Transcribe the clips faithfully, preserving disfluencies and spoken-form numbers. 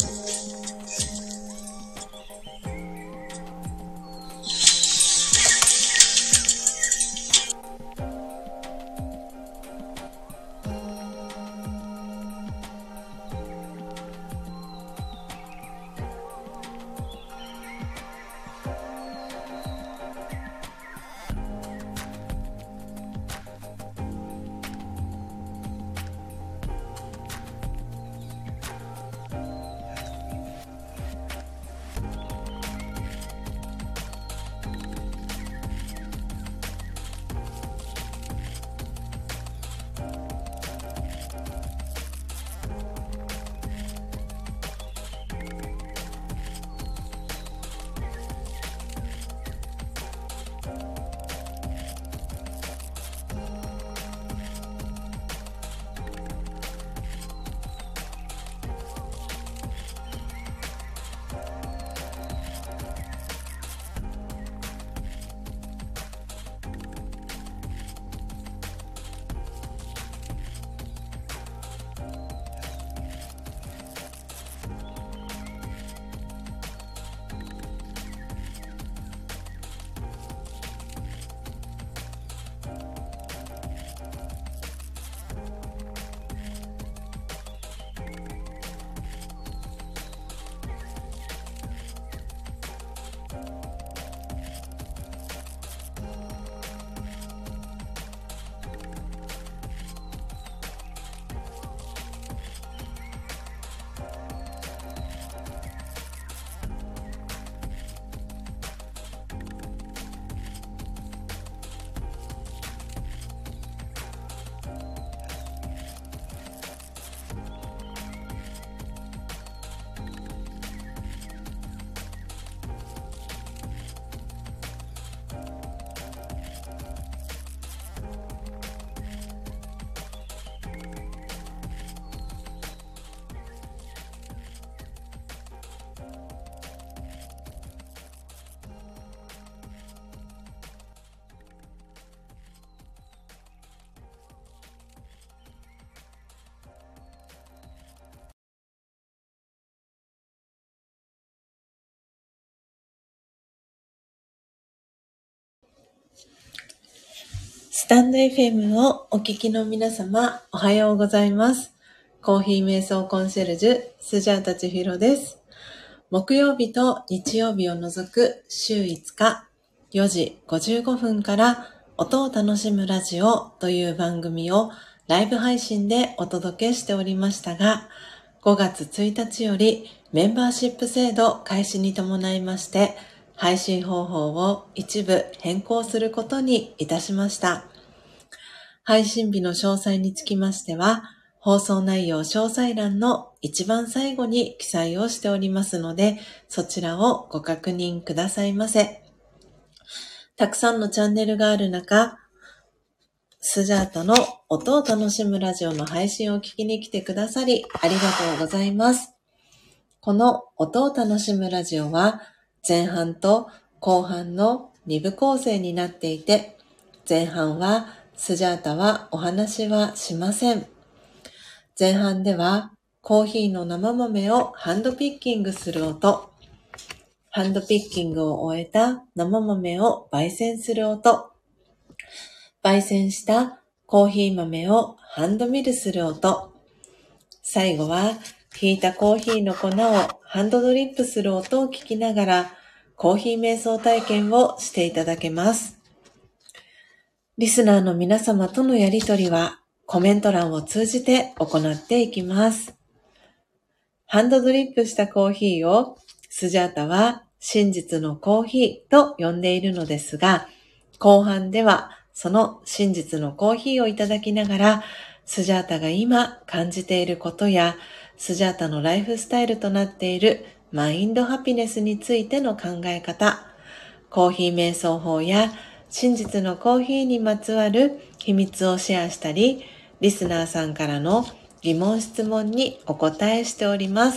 スタンド エフエム をお聞きの皆様、おはようございます。コーヒー瞑想コンシェルジュ、スジャータ千尋です。木曜日と日曜日を除く週いつか、よじごじゅうごふんから音を楽しむラジオという番組をライブ配信でお届けしておりましたが、ごがつついたちよりメンバーシップ制度開始に伴いまして、配信方法を一部変更することにいたしました。配信日の詳細につきましては、放送内容詳細欄の一番最後に記載をしておりますので、そちらをご確認くださいませ。たくさんのチャンネルがある中、スジャータの音を楽しむラジオの配信を聞きに来てくださり、ありがとうございます。この音を楽しむラジオは、前半と後半のにぶ構成になっていて、前半はスジャータはお話はしません。前半ではコーヒーの生豆をハンドピッキングする音、ハンドピッキングを終えた生豆を焙煎する音、焙煎したコーヒー豆をハンドミルする音、最後はひいたコーヒーの粉をハンドドリップする音を聞きながらコーヒー瞑想体験をしていただけます。リスナーの皆様とのやりとりはコメント欄を通じて行っていきます。ハンドドリップしたコーヒーをスジャータは真実のコーヒーと呼んでいるのですが、後半ではその真実のコーヒーをいただきながら、スジャータが今感じていることや、スジャータのライフスタイルとなっているマインドハピネスについての考え方、コーヒー瞑想法や真実のコーヒーにまつわる秘密をシェアしたり、リスナーさんからの疑問質問にお答えしております。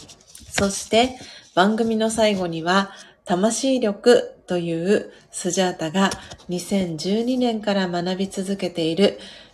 そして番組の最後には、魂力というスジャータがにせんじゅうにねんから学び続けている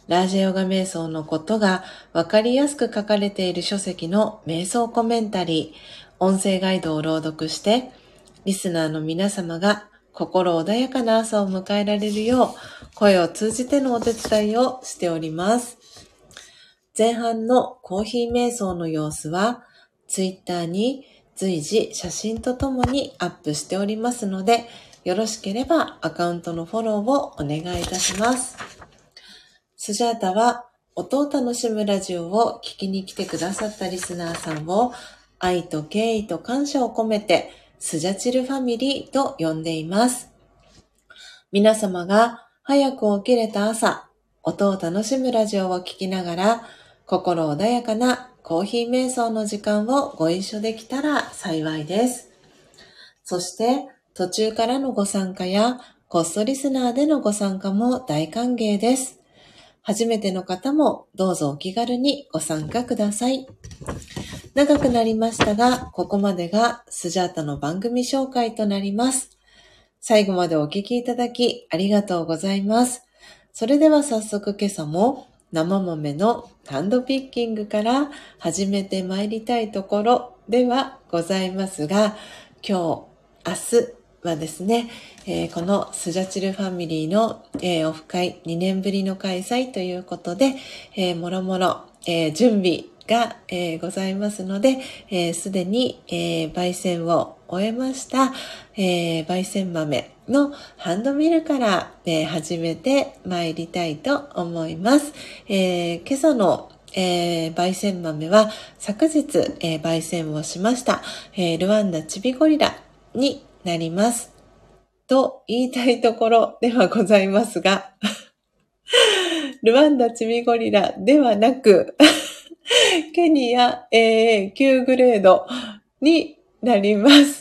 ラージャヨガ瞑想のことがわかりやすく書かれている書籍の瞑想コメンタリー、音声ガイドを朗読して、リスナーの皆様が心穏やかな朝を迎えられるよう、声を通じてのお手伝いをしております。前半のコーヒー瞑想の様子は、ツイッターに随時写真とともにアップしておりますので、よろしければアカウントのフォローをお願いいたします。スジャータは音を楽しむラジオを聞きに来てくださったリスナーさんを愛と敬意と感謝を込めてスジャチルファミリーと呼んでいます。皆様が早く起きれた朝、音を楽しむラジオを聞きながら心穏やかなコーヒー瞑想の時間をご一緒できたら幸いです。そして途中からのご参加やコストリスナーでのご参加も大歓迎です。初めての方もどうぞお気軽にご参加ください。長くなりましたが、ここまでがスジャータの番組紹介となります。最後までお聞きいただきありがとうございます。それでは早速今朝も生豆のハンドピッキングから始めてまいりたいところではございますが、今日、明日はですね、えー、このスジャチルファミリーの、えー、オフ会にねんぶりの開催ということで、えー、もろもろ、えー、準備が、えー、ございますので、すで、えー、に、えー、焙煎を終えました、えー、焙煎豆のハンドミルから、えー、始めてまいりたいと思います。えー、今朝のえー、焙煎豆は昨日、えー、焙煎をしました、えー、ルワンダチビゴリラになりますと言いたいところではございますがルワンダチビゴリラではなくケニア、えー、きゅうグレードになります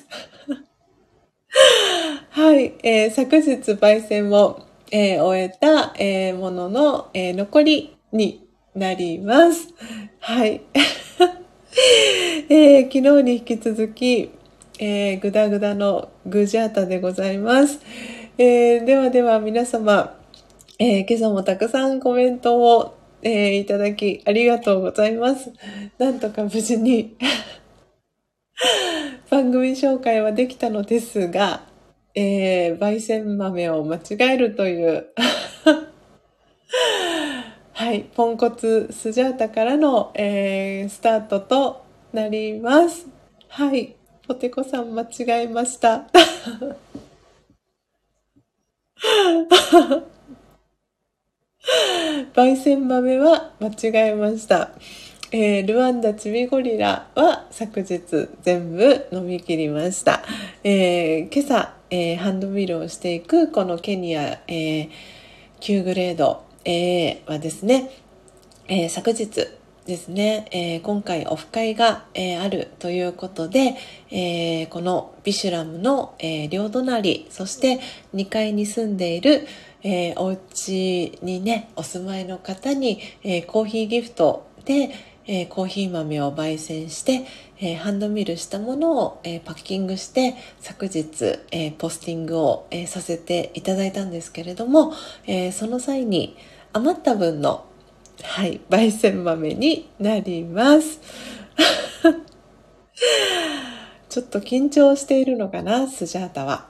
はい、えー、昨日焙煎を、えー、終えた、えー、ものの、えー、残りになります。はい、えー、昨日に引き続き、えー、ぐだぐだのグジャータでございます。えー、ではでは皆様、えー、今朝もたくさんコメントを、えー、いただきありがとうございます。なんとか無事に番組紹介はできたのですが、えー、焙煎豆を間違えるというはい、ポンコツスジャータからの、えー、スタートとなります。はい、ポテコさん間違えました。焙煎豆は間違えました。えー、ルワンダチビゴリラは昨日全部飲み切りました。えー、今朝、えー、ハンドミルをしていくこのケニア、えー、きゅうグレード、えー、はですね、えー、昨日ですね、えー、今回オフ会が、えー、あるということで、えー、このビシュラムの、えー、両隣、そしてにかいに住んでいる、えー、お家にねお住まいの方に、えー、コーヒーギフトで、えー、コーヒー豆を焙煎して、えー、ハンドミルしたものを、えー、パッキングして昨日、えー、ポスティングを、えー、させていただいたんですけれども、えー、その際に余った分のはい、焙煎豆になりますちょっと緊張しているのかな、スジャータは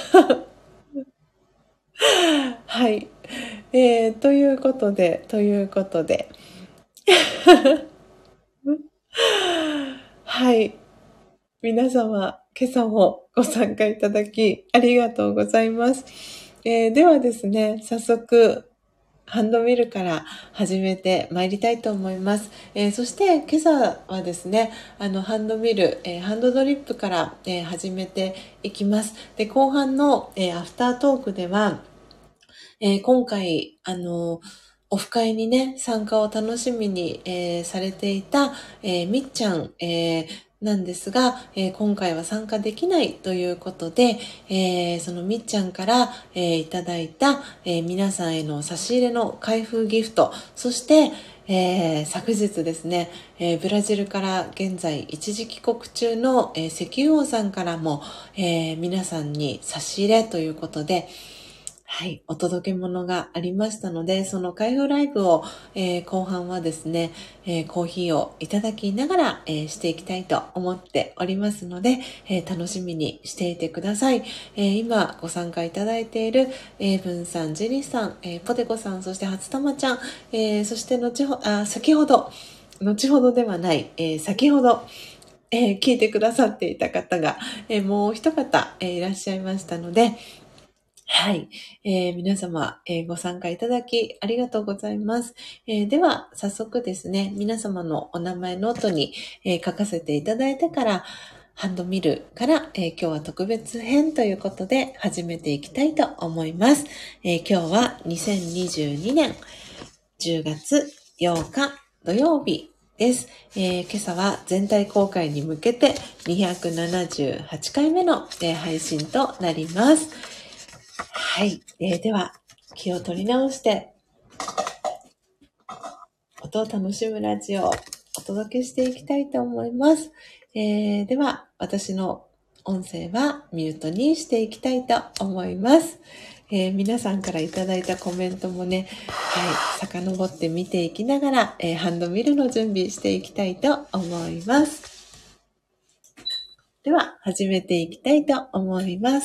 はい、えー、ということでということではい、皆様今朝もご参加いただきありがとうございます。えー、ではですね、早速ハンドミルから始めてまいりたいと思います。えー、そして今朝はですね、あのハンドミル、えー、ハンドドリップから、えー、始めていきます。で、後半の、えー、アフタートークでは、えー、今回あのオフ会にね参加を楽しみに、えー、されていた、えー、みっちゃん、えーなんですが、えー、今回は参加できないということで、えー、そのみっちゃんから、えー、いただいた、えー、皆さんへの差し入れの開封ギフト、そして、えー、昨日ですね、えー、ブラジルから現在一時帰国中の、えー、石油王さんからも、えー、皆さんに差し入れということで、 はい、お届け物がありましたので、その開封ライブを、えー後半はですね、えーコーヒーをいただきながら、えーしていきたいと思っておりますので、えー楽しみにしていてください。えー今ご参加いただいている、えー、文さん、ジェリーさん、えーポテコさん、そして初玉ちゃん、えーそして後ほあ先ほど、後ほどではない、えー先ほど、えー聞いてくださっていた方が、えーもう一方、えーいらっしゃいましたので、はい。えー皆様、えーご参加いただきありがとうございます。えーでは、早速ですね、皆様のお名前ノートに、えー書かせていただいてから、ハンドミルから、えー今日は特別編ということで始めていきたいと思います。えー今日はにせんにじゅうにねんじゅうがつようか土曜日です。えー今朝は全体公開に向けてにひゃくななじゅうはちかいめの、えー配信となります。はい。えーでは、気を取り直して、音を楽しむラジオをお届けしていきたいと思います。えーでは、私の音声はミュートにしていきたいと思います。えー皆さんからいただいたコメントもね、はい、遡って見ていきながら、えーハンドミルの準備していきたいと思います。では、始めていきたいと思います。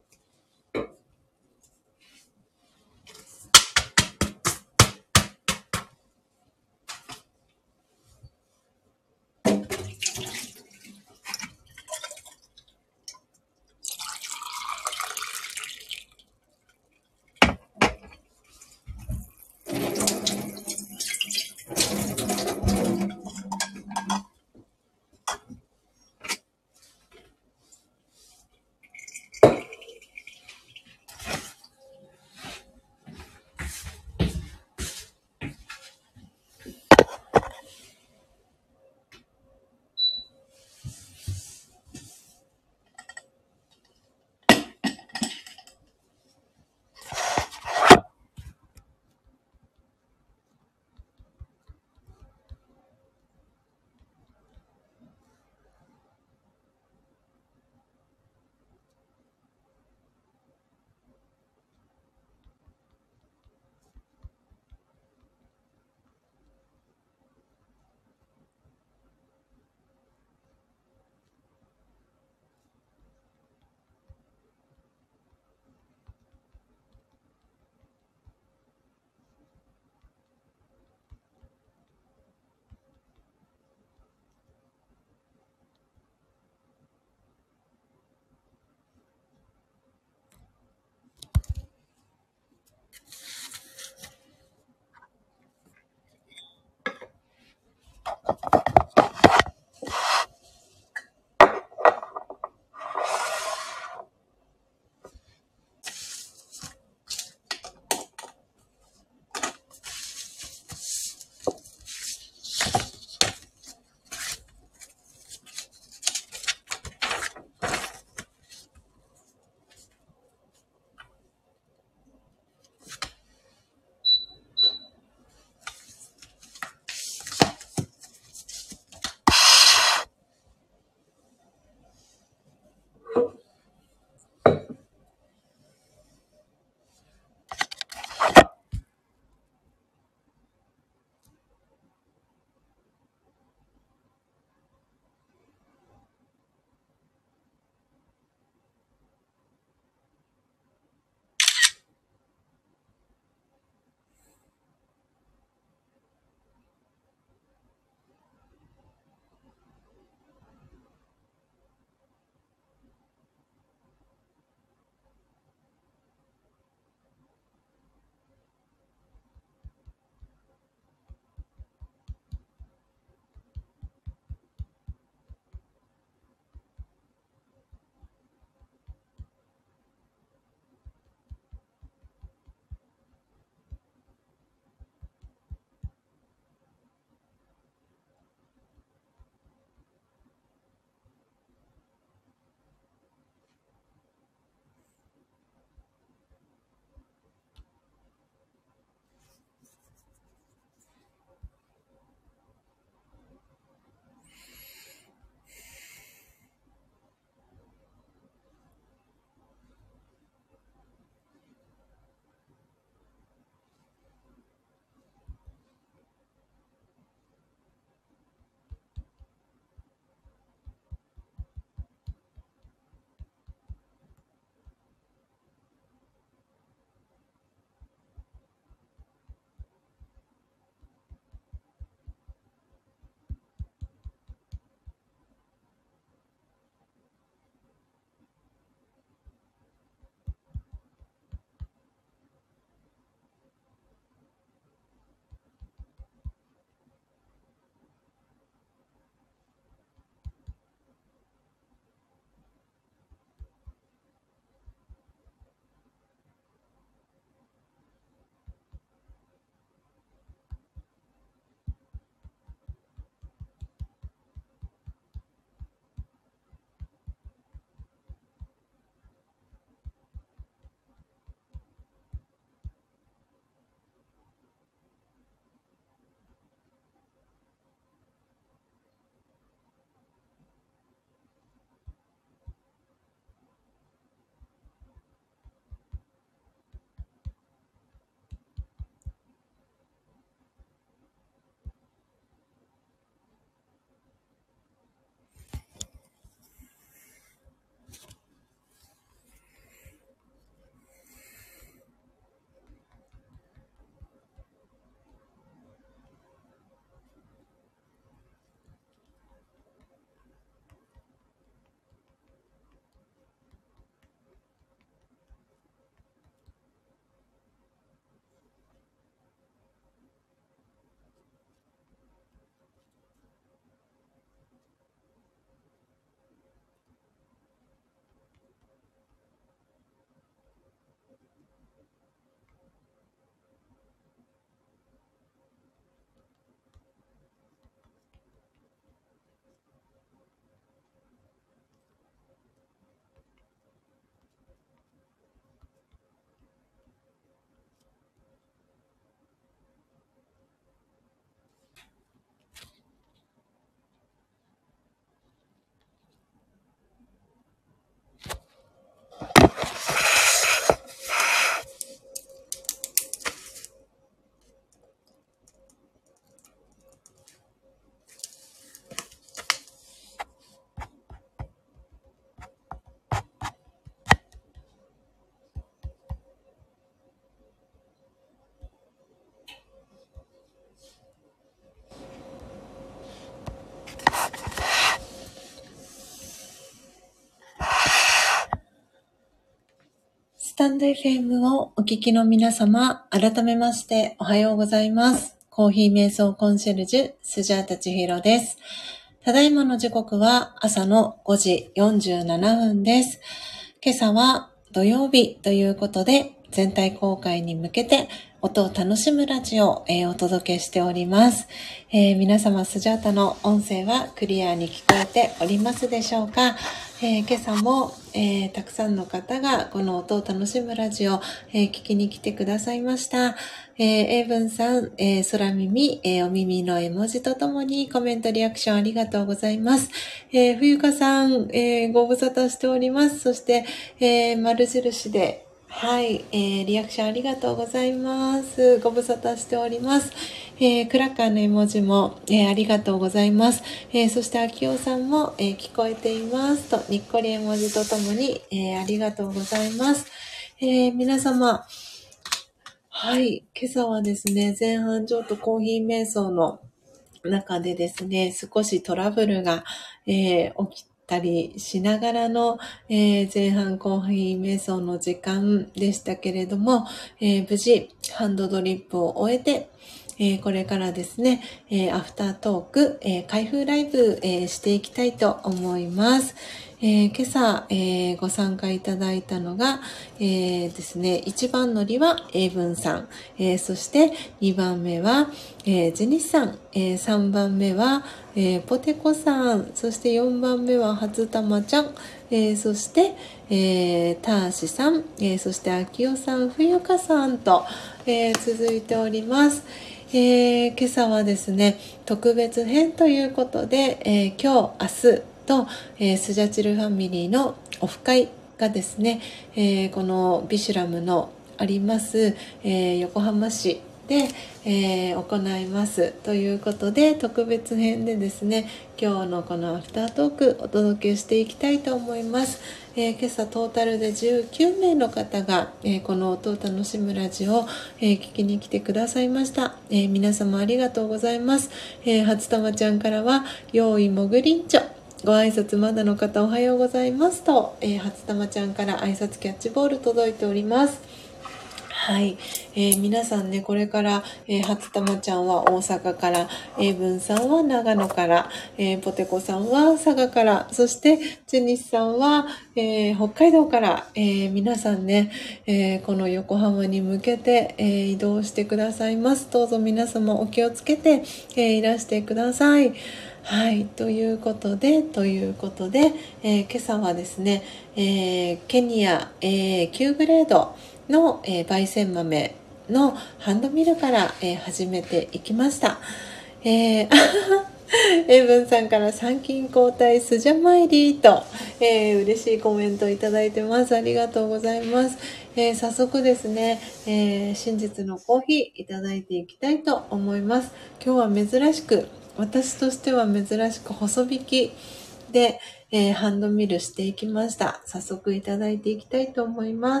タンド エフエム をお聞きの皆様、改めましておはようございます。コーヒー瞑想コンシェルジュ、スジャータ千尋です。ただいまの時刻は朝のごじよんじゅうななふんです。今朝は土曜日ということで、全体公開に向けて音を楽しむラジオを、えー、お届けしております、えー、皆様スジャータの音声はクリアに聞こえておりますでしょうか。えー、今朝も、えー、たくさんの方がこの音を楽しむラジオを、えー、聞きに来てくださいました。えー、英文さん、えー、空耳、えー、お耳の絵文字とともにコメントリアクションありがとうございます。えー、冬香さん、えー、ご無沙汰しております。そして、えー、丸印ではい、えー、リアクションありがとうございます。ご無沙汰しております。えー、クラッカーの絵文字も、えー、ありがとうございます。えー、そして秋代さんも、えー、聞こえていますと、にっこり絵文字とともに、えー、ありがとうございます。えー、皆様、はい、今朝はですね、前半ちょっとコーヒー瞑想の中でですね、少しトラブルが、えー、起きたりしながらの、えー、前半コーヒー瞑想の時間でしたけれども、えー、無事ハンドドリップを終えて、えー、これからですね、えー、アフタートーク、えー、開封ライブ、えー、していきたいと思います。えー、今朝、えー、ご参加いただいたのが、えー、ですね、いちばん乗りは英文さん、えー、そしてにばんめは、えー、ジェニスさん、えー、さんばんめは、えー、ポテコさん、そしてよんばんめは初玉ちゃん、えー、そして、えー、ターシさん、えー、そしてあきおさん、冬香さんと、えー、続いております。えー、今朝はですね、特別編ということで、えー、今日、明日と、えー、スジャチルファミリーのオフ会がですね、えー、このビシュラムのあります、えー、横浜市で、えー、行いますということで、特別編でですね、今日のこのアフタートークお届けしていきたいと思います。えー、今朝トータルでじゅうきゅうめいの方が、えー、この音を楽しむラジオを、えー、聞きに来てくださいました。えー、皆様ありがとうございます。えー、初玉ちゃんからは、よーいもぐりんちょ、ご挨拶まだの方おはようございますと、えー、初玉ちゃんから挨拶キャッチボール届いております。はい、えー、皆さんね、これから、えー、初玉ちゃんは大阪から、英文さんは長野から、えー、ポテコさんは佐賀から、そしてジェニスさんは、えー、北海道から、えー、皆さんね、えー、この横浜に向けて、えー、移動してくださいます。どうぞ皆様お気をつけて、えー、いらしてください。はい、ということで、ということで、えー、今朝はですね、えー、ケニア、えー、きゅうグレードの、えー、焙煎豆のハンドミルから、えー、始めていきました。えーエイブンさんから参勤交代スジャマイリーと、えー、嬉しいコメントいただいてます。ありがとうございます。えー、早速ですね、えー、真実のコーヒーいただいていきたいと思います。今日は珍しく、私としては珍しく細引きで、えー、ハンドミルしていきました。早速いただいていきたいと思います。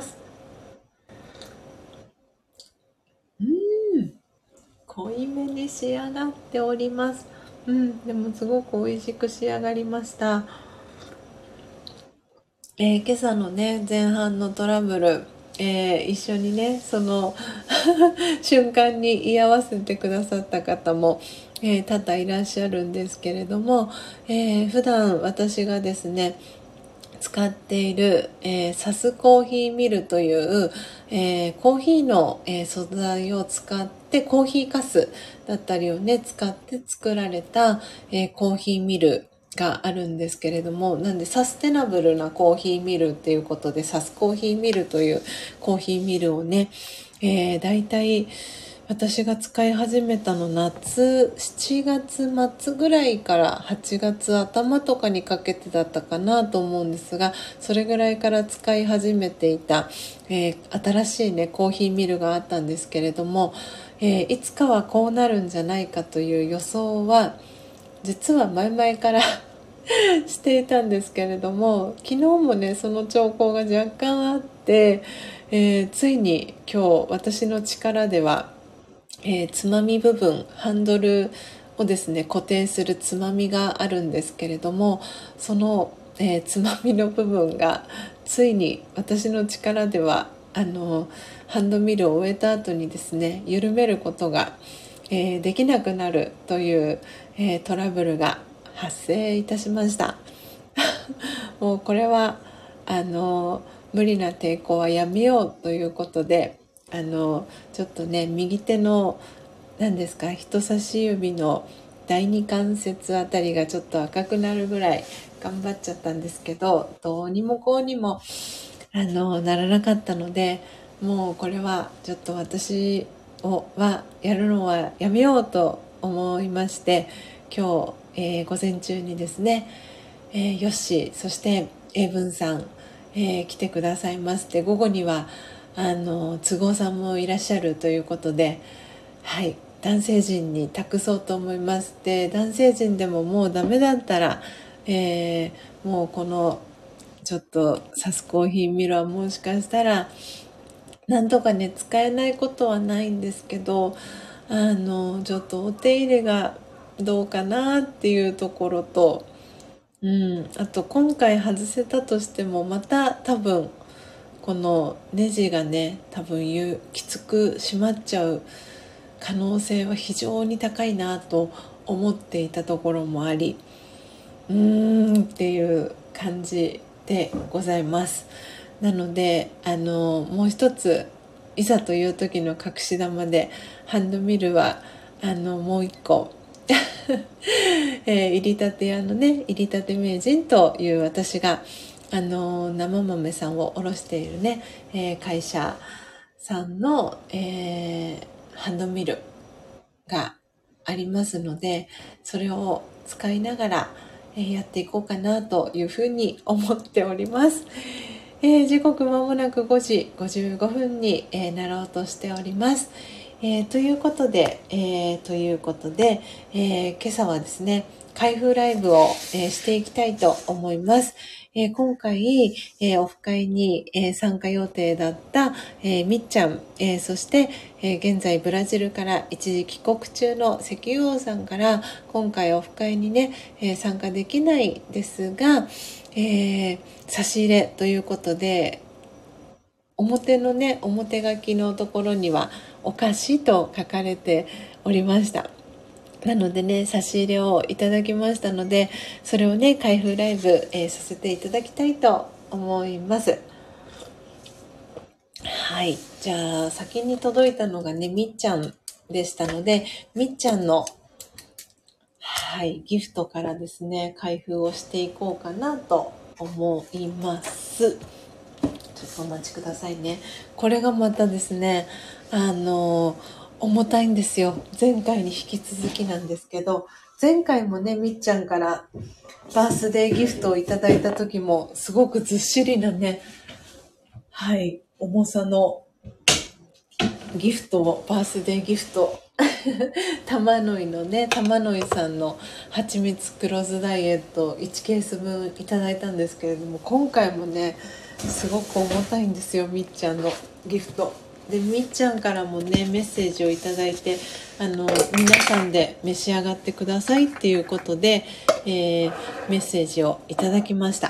うーん、濃いめに仕上がっております。うん、でもすごく美味しく仕上がりました。えー今朝のね、前半のトラブル、えー一緒にね、その瞬間に居合わせてくださった方も、えー多々いらっしゃるんですけれども、えー普段私がですね、使っている、えーサスコーヒーミルという、えーコーヒーの、えー素材を使ってコーヒーかすだったりをね使って作られた、えーコーヒーミルがあるんですけれども、なんでサステナブルなコーヒーミルっていうことでサスコーヒーミルというコーヒーミルをね、えー、だいたい私が使い始めたの夏しちがつ末ぐらいからはちがつ頭とかにかけてだったかなと思うんですが、それぐらいから使い始めていた、えー新しいねコーヒーミルがあったんですけれども、えーいつかはこうなるんじゃないかという予想は実は前々からしていたんですけれども、昨日もねその兆候が若干あって、えーついに今日私の力では、えーつまみ部分ハンドルをですね固定するつまみがあるんですけれども、その、えーつまみの部分がついに私の力ではあのハンドミルを終えた後にですね、緩めることが、えーできなくなるという、えートラブルが発生いたしました。もうこれはあの無理な抵抗はやめようということで、あのちょっとね、右手の何ですか、人差し指の第二関節あたりがちょっと赤くなるぐらい頑張っちゃったんですけど、どうにもこうにもあのならなかったので、もうこれはちょっと私をはやるのはやめようと思いまして、今日、えー午前中にですね、えー、ヨッシー、そして英文さん、えー来てくださいまして、午後にはあの都合さんもいらっしゃるということで、はい、男性陣に託そうと思います。で、男性陣でももうダメだったら、えーもうこのちょっとサスコーヒーミルはもしかしたらなんとかね、使えないことはないんですけど、あのちょっとお手入れがどうかなっていうところと、うん、あと今回外せたとしてもまた多分このネジがね、多分ゆきつく締まっちゃう可能性は非常に高いなと思っていたところもあり、うーんっていう感じでございます。なので、あのもう一つ、いざという時の隠し玉でハンドミルはあのもう一個えー入りたて屋のね、入りたて名人という私があの生豆さんを卸しているね、えー会社さんの、えーハンドミルがありますので、それを使いながら、えーやっていこうかなというふうに思っております。えー時刻まもなくごじごじゅうごふんに、えーなろうとしております。えーということで、えーということで、えー今朝はですね、開封ライブを、えーしていきたいと思います。えー今回、えーオフ会に、えー参加予定だった、えーみっちゃん、えーそして、えー現在ブラジルから一時帰国中の石油王さんから、今回オフ会にね、えー参加できないですが、えー差し入れということで、表のね、表書きのところにはお菓子と書かれておりました。なのでね、差し入れをいただきましたので、それをね、開封ライブ、えーさせていただきたいと思います。はい。じゃあ、先に届いたのがね、みっちゃんでしたので、みっちゃんの、はい、ギフトからですね、開封をしていこうかなと思います。ちょっとお待ちくださいね。これがまたですね、あの、重たいんですよ。前回に引き続きなんですけど、前回もね、みっちゃんからバースデーギフトをいただいた時も、すごくずっしりなね、はい、重さのギフトを、バースデーギフト、玉の井のね、玉の井さんの蜂蜜黒酢ダイエットいちケース分いただいたんですけれども、今回もね、すごく重たいんですよ、みっちゃんのギフト。で、みっちゃんからもね、メッセージをいただいて、あの、皆さんで召し上がってくださいっていうことで、えーメッセージをいただきました。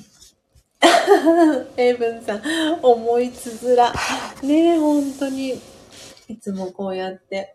エイブンさん、思いつづら。ねえ、本当に。いつもこうやって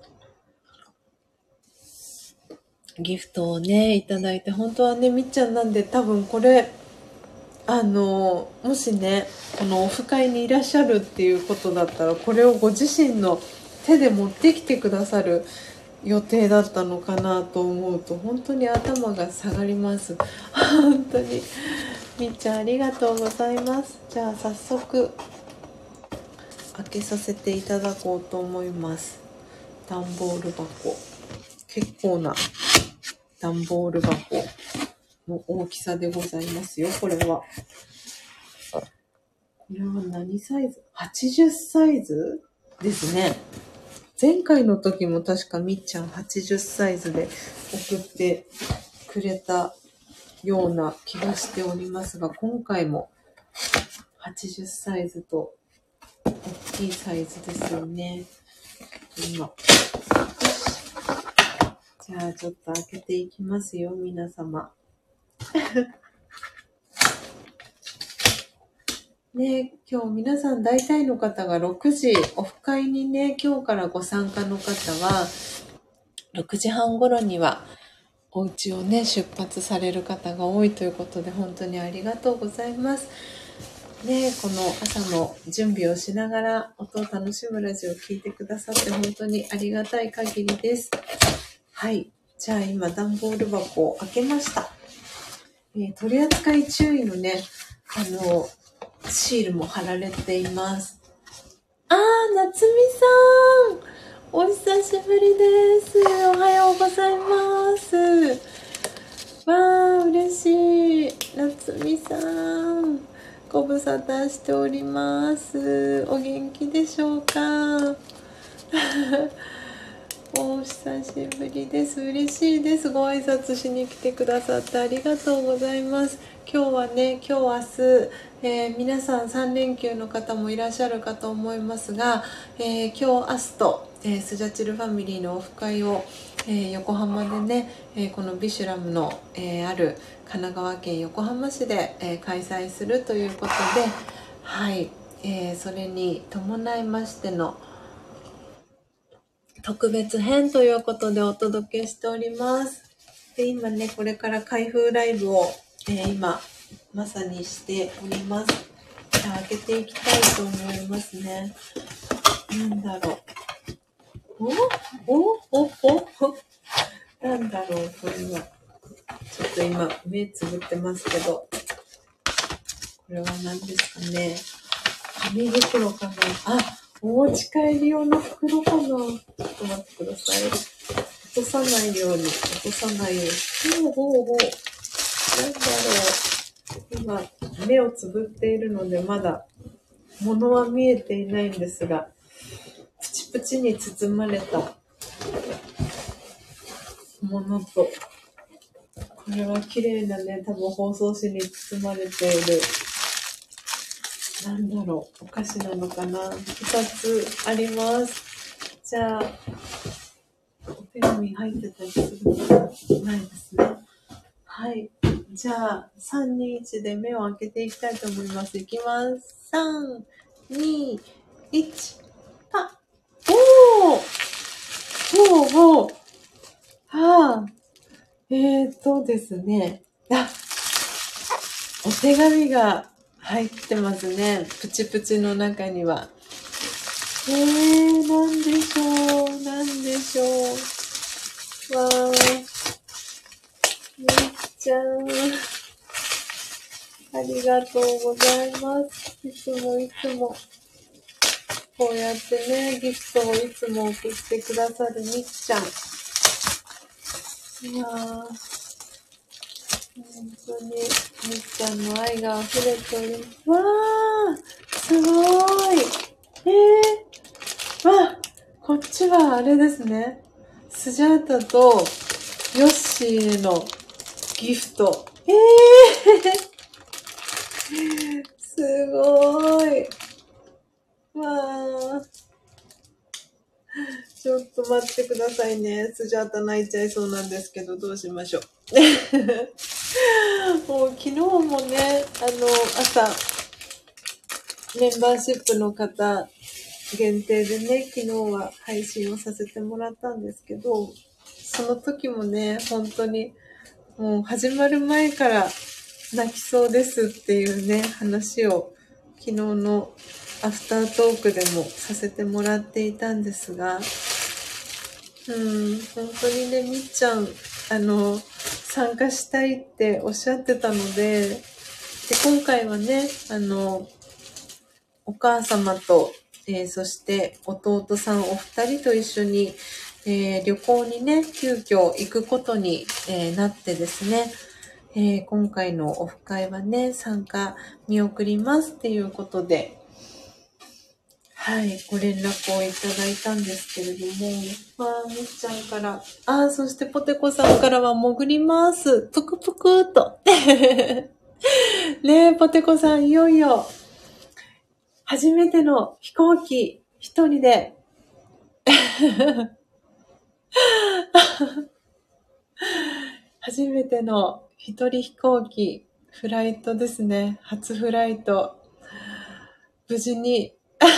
ギフトをね、いただいて、本当はね、みっちゃんなんで多分これ、あの、もしね、このオフ会にいらっしゃるっていうことだったら、これをご自身の手で持ってきてくださる予定だったのかなと思うと、本当に頭が下がります。本当に。みっちゃんありがとうございます。じゃあ早速、開けさせていただこうと思います。段ボール箱。結構な段ボール箱の大きさでございますよ、これは。これは何サイズ ?はちじゅう サイズですね。前回の時も確かみっちゃんはちじゅうサイズで送ってくれたような気がしておりますが、今回もはちじゅうサイズと大きいサイズですよね。今。じゃあちょっと開けていきますよ、皆様。 ね、今日皆さん大体の方がろくじ、オフ会にね、今日からご参加の方は、ろくじはん頃にはお家をね、出発される方が多いということで、本当にありがとうございます。ね、この朝の準備をしながら音を楽しむラジオを聞いてくださって本当にありがたい限りです。はい。じゃあ今段ボール箱を開けました。えー、取り扱い注意のね、あの、シールも貼られています。あー、なつみさんお久しぶりです。おはようございます。わー、嬉しい。なつみさん。ご無沙汰しております。お元気でしょうかお久しぶりです。嬉しいです。ご挨拶しに来てくださってありがとうございます。今日はね、今日明日、えー、皆さんさん連休の方もいらっしゃるかと思いますが、えー、今日明日と、えー、スジャチルファミリーのオフ会を、えー、横浜でね、えー、このビシュラムの、えー、ある神奈川県横浜市で、えー、開催するということで、はい、えー、それに伴いましての特別編ということでお届けしております。で、今ね、これから開封ライブを、えー、今、まさにしております。じゃあ、開けていきたいと思いますね。なんだろう。おおおおなんだろう、これは。ちょっと今、目つぶってますけど。これは何ですかね。紙袋かなあ、お持ち帰り用の袋かなちょっと待ってください。落とさないように、落とさないように。ほうほうほう。なんだろう。今、目をつぶっているので、まだ、物は見えていないんですが、プチプチに包まれたものと、これは綺麗なね、多分包装紙に包まれている、なんだろう、お菓子なのかな。ふたつあります。じゃあ、お手紙入ってたりするのかないですね。はい。じゃあ、さん、に、いちで目を開けていきたいと思います。いきます。さん、に、いち、パッ。おーおーおーはあ。えーとですね。あ、お手紙が入ってますね。プチプチの中には。えー、なんでしょう。なんでしょう。わー。みっちゃん。ありがとうございます。いつもいつも、こうやってね、ギフトをいつも送ってくださるみっちゃん。いやー、本当にみっちゃんの愛が溢れております。わー、すごーい。えー、わ、こっちはあれですね。スジャータとヨッシーへのギフト。えー、すごーい。わー。ちょっと待ってくださいね。スジャータ泣いちゃいそうなんですけど、どうしましょう。もう昨日もね、あの、朝、メンバーシップの方限定でね、昨日は配信をさせてもらったんですけど、その時もね、本当に、もう始まる前から泣きそうですっていうね、話を昨日のアフタートークでもさせてもらっていたんですが、うん、本当にね、みっちゃん、あの、参加したいっておっしゃってたので、で、今回はね、あの、お母様と、えー、そして弟さんお二人と一緒に、えー、旅行にね、急遽行くことに、えー、なってですね、えー、今回のオフ会はね、参加見送りますっていうことで、はい、ご連絡をいただいたんですけれども、わー、みっちゃんから、あー、そしてポテコさんからは潜ります。ぷくぷくーと。ねえ、ポテコさん、いよいよ、初めての飛行機、一人で。初めての一人飛行機、フライトですね。初フライト。 無事に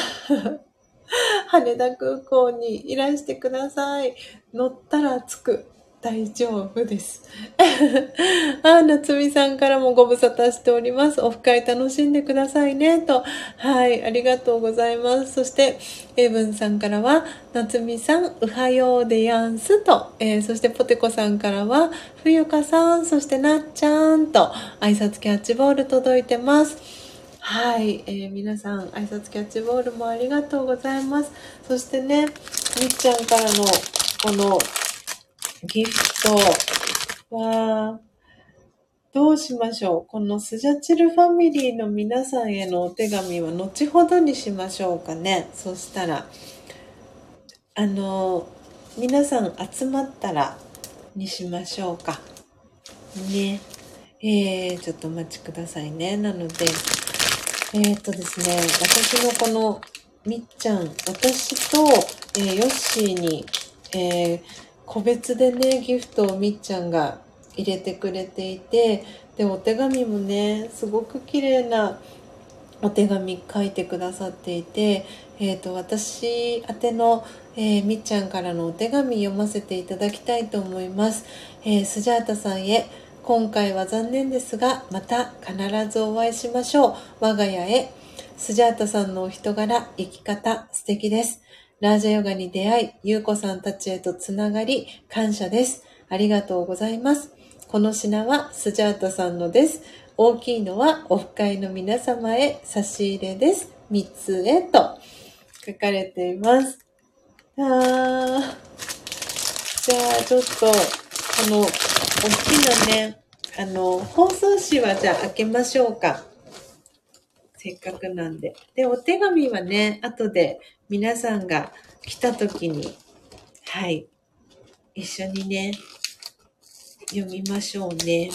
羽田空港にいらしてください。乗ったら着く。大丈夫です。あ、夏美さんからもご無沙汰しております。オフ会楽しんでくださいね。と。はい、ありがとうございます。そして、エイブンさんからは、夏美さん、おはようでやんす。と。えー、そして、ポテコさんからは、冬香さん、そしてなっちゃん。と、挨拶キャッチボール届いてます。はい、えー、皆さん挨拶キャッチボールもありがとうございます。そしてね、みっちゃんからのこのギフトはどうしましょう。このスジャチルファミリーの皆さんへのお手紙は後ほどにしましょうかね。そしたらあの皆さん集まったらにしましょうかね。えー、ちょっとお待ちくださいね。なのでえーっとですね、私のこのみっちゃん、私と、えー、ヨッシーに、えー個別でね、ギフトをみっちゃんが入れてくれていて、で、お手紙もね、すごく綺麗なお手紙書いてくださっていて、えーと、私宛ての、えーみっちゃんからのお手紙読ませていただきたいと思います。えースジャータさんへ、今回は残念ですが、また必ずお会いしましょう。我が家へ。スジャータさんのお人柄、生き方、素敵です。ラージャヨガに出会い、ゆうこさんたちへとつながり、感謝です。ありがとうございます。この品はスジャータさんのです。大きいのはオフ会の皆様へ差し入れです。みっつへと書かれています。あー、じゃあちょっと、この大きなね、あの、包装紙はじゃあ開けましょうか。せっかくなんで。で、お手紙はね、後で皆さんが来た時に、はい、一緒にね、読みましょうね。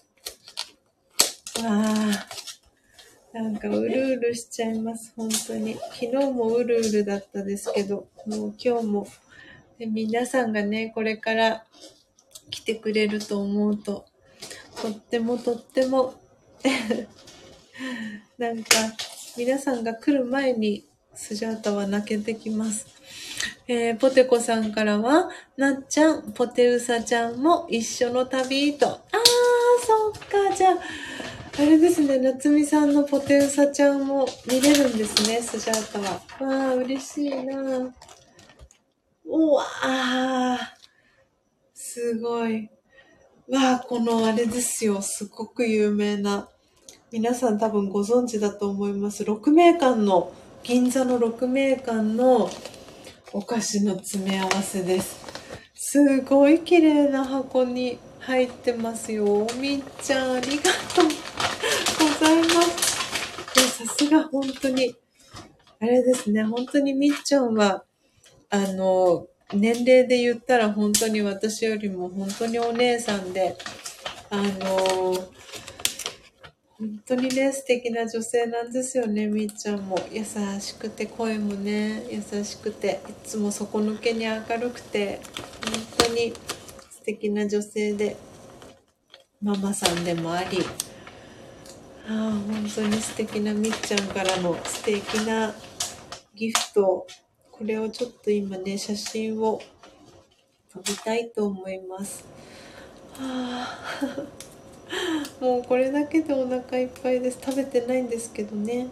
わー、なんかうるうるしちゃいます、本当に。昨日もうるうるだったですけど、もう今日も。で、皆さんがね、これから来てくれると思うと、とってもとっても、なんか、皆さんが来る前に、スジャータは泣けてきます。えー、ポテコさんからは、なっちゃん、ポテウサちゃんも一緒の旅と。あー、そっか、じゃあ、あれですね、夏美さんのポテウサちゃんも見れるんですね、スジャータは。わー、嬉しいな。うわー、すごい。わー、このあれですよ、すごく有名な。皆さん多分ご存知だと思います。鹿鳴館の、銀座の鹿鳴館のお菓子の詰め合わせです。すごい綺麗な箱に入ってますよ。みっちゃん、ありがとうございます。さすが本当に、あれですね、本当にみっちゃんは、あの、年齢で言ったら本当に私よりも本当にお姉さんで、あの、本当にね、素敵な女性なんですよね、みっちゃんも。優しくて、声もね、優しくて、いつも底抜けに明るくて、本当に素敵な女性で、ママさんでもあり、ああ、本当に素敵なみっちゃんからの素敵なギフト。これをちょっと今ね、写真を撮りたいと思います。はあもうこれだけでお腹いっぱいです。食べてないんですけどね。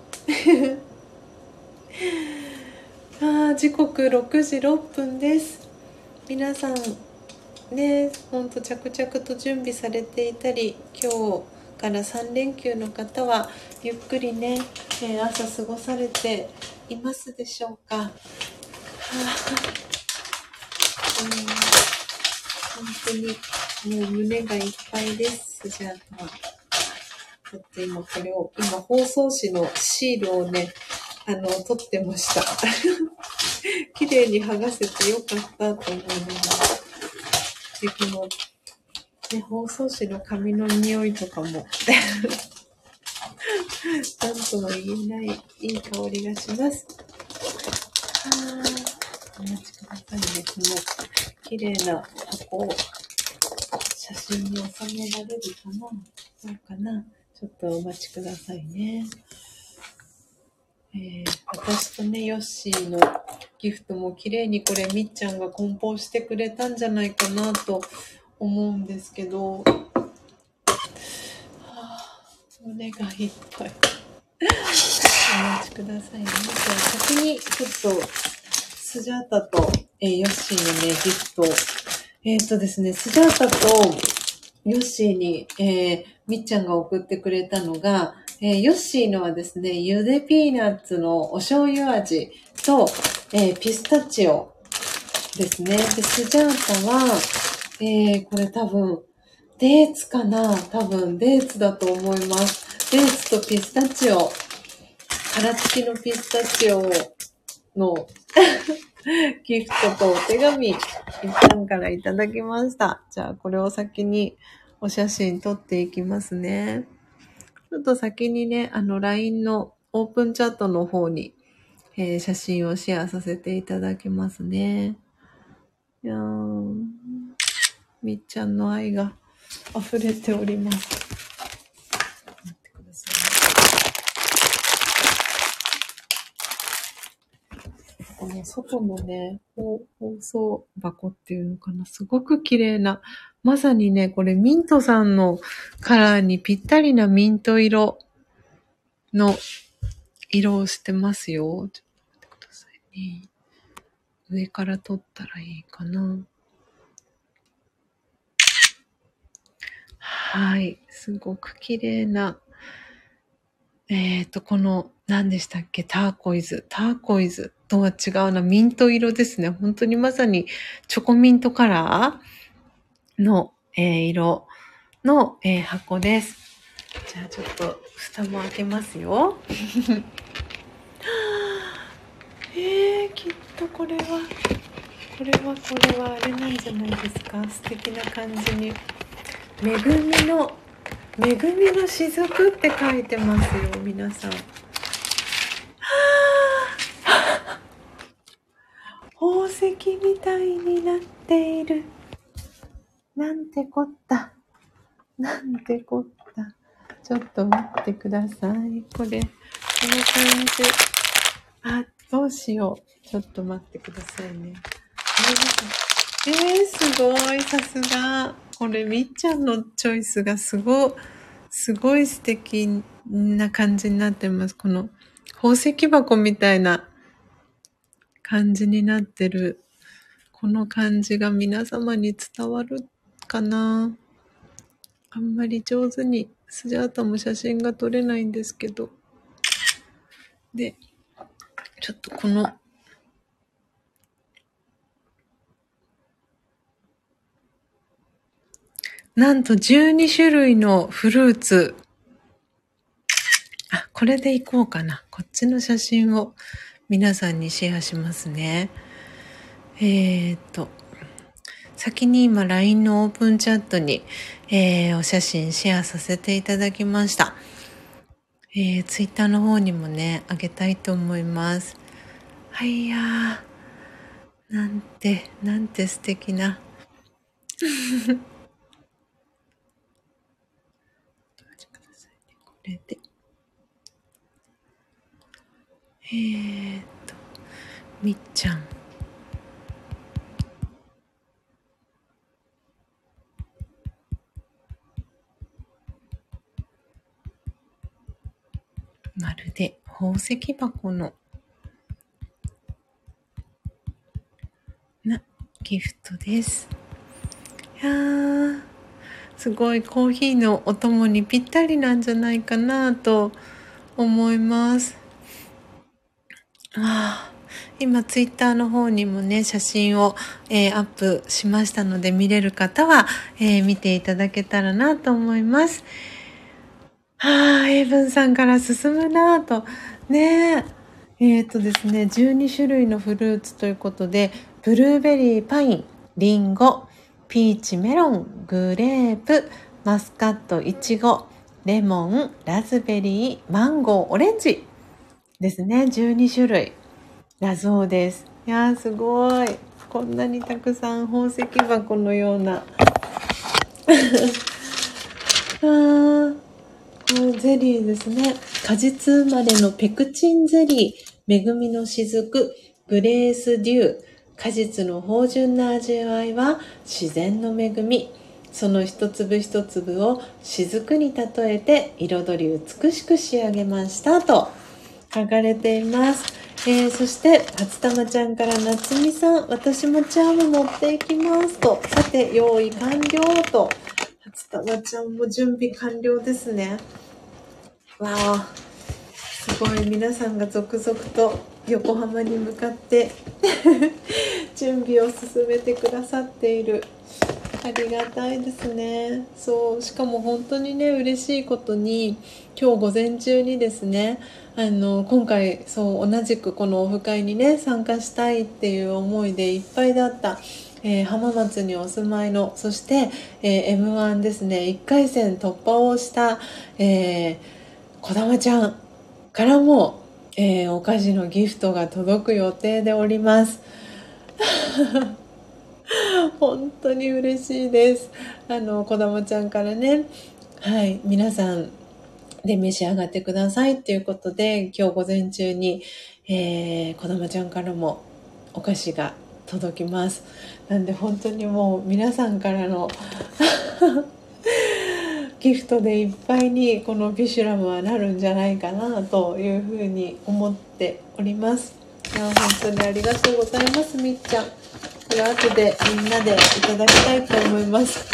ああ、時刻ろくじろっぷんです。皆さん、ね、ほんと着々と準備されていたり、今日からさん連休の方は、ゆっくりね、えー朝過ごされていますでしょうか。はあ、うん、本当にもう胸がいっぱいです。じゃあ、ちょっと今これを、今包装紙のシールをね、あの、取ってました。綺麗に剥がせてよかったと思いながら。で、この、ね、包装紙の紙の匂いとかも、なんとも言えないいい香りがします。はー、お待ちくださいね。この綺麗な箱を写真に収められるかなどうかなちょっとお待ちくださいね。 えー、私とね、ヨッシーのギフトも綺麗にこれ、みっちゃんが梱包してくれたんじゃないかなと思うんですけど、はあ、胸がいっぱい。お待ちくださいね。じゃあ先にちょっとスジャータと、えー、ヨッシーのね、ギフト。えっとですね、スジャータとヨッシーに、えー、みっちゃんが送ってくれたのが、えー、ヨッシーのはですね、ゆでピーナッツのお醤油味と、えー、ピスタチオですね。で、スジャータは、えー、これ多分、デーツかな多分、デーツだと思います。デーツとピスタチオ。殻付きのピスタチオのギフトとお手紙、いったんからいただきました。じゃあ、これを先にお写真撮っていきますね。ちょっと先にね、あの、ライン のオープンチャットの方に、えー、写真をシェアさせていただきますね。いやー、みっちゃんの愛が溢れております。待ってくださいね。この外のね、放送箱っていうのかな、すごく綺麗な、まさにね、これミントさんのカラーにぴったりなミント色の色をしてますよ。ちょっと待ってくださいね。上から撮ったらいいかな。はい。すごく綺麗な、えっと、この、何でしたっけ、ターコイズ。ターコイズとは違うな。ミント色ですね。本当にまさにチョコミントカラーの、えー、色の、えー、箱です。じゃあちょっと蓋も開けますよ。えー、きっとこれは、これはこれはあれなんじゃないですか。素敵な感じに。恵みの、恵みの雫って書いてますよ、皆さん。宝石みたいになっている。なんてこった。なんてこった。ちょっと待ってください。これ、この感じ。あ、どうしよう。ちょっと待ってくださいね。えー、すごい。さすが。これ、みっちゃんのチョイスがすごい、すごい素敵な感じになってます。この宝石箱みたいな感じになってる。この感じが皆様に伝わるかな。あんまり上手にスジャータも写真が撮れないんですけど。で、ちょっとこの、なんとじゅうに種類のフルーツ。あ、これでいこうかな。こっちの写真を皆さんにシェアしますね。えーっと、先に今 ライン のオープンチャットに、えー、お写真シェアさせていただきました。えー、ツイッターの方にもね、あげたいと思います。はいやー、なんて、なんて素敵な。これで。えーっと、みっちゃん。まるで宝石箱のなギフトです。いやー、すごいコーヒーのお供にぴったりなんじゃないかなと思います。あー、今ツイッターの方にもね、写真を、えー、アップしましたので、見れる方は、えー、見ていただけたらなと思います。はあ、エイブンさんから進むなぁと。ねえ。えっとですね、じゅうに種類のフルーツということで、ブルーベリー、パイン、リンゴ、ピーチ、メロン、グレープ、マスカット、イチゴ、レモン、ラズベリー、マンゴー、オレンジですね。じゅうに種類だそうです。いやー、すごい。こんなにたくさん宝石箱のような。あーゼリーですね。 果実生まれのペクチンゼリー、恵みの雫、グレースデュー、果実の芳醇な味わいは自然の恵み。その一粒一粒を雫に例えて彩り美しく仕上げましたと書かれています。えー、そして初玉ちゃんから夏美さん、私もチャーム持っていきますと。さて用意完了と。初玉ちゃんも準備完了ですね。わあ、すごい皆さんが続々と横浜に向かって準備を進めてくださっている。ありがたいですね。そう、しかも本当にね、嬉しいことに今日午前中にですね、あの今回そう同じくこのオフ会にね参加したいっていう思いでいっぱいだった、えー、浜松にお住まいの、そして、えー、エムワン ですね、いっかい戦突破をした、えー、こだまちゃんからも、えー、お菓子のギフトが届く予定でおります。本当に嬉しいです。あのこだまちゃんからね、はい、皆さんで召し上がってくださいっていうことで、今日午前中に、えー、こだまちゃんからもお菓子が届きます。なんで本当にもう皆さんからのギフトでいっぱいにこのビシュラムはなるんじゃないかなというふうに思っております。いや本当にありがとうございます。みっちゃん、これ後でみんなでいただきたいと思います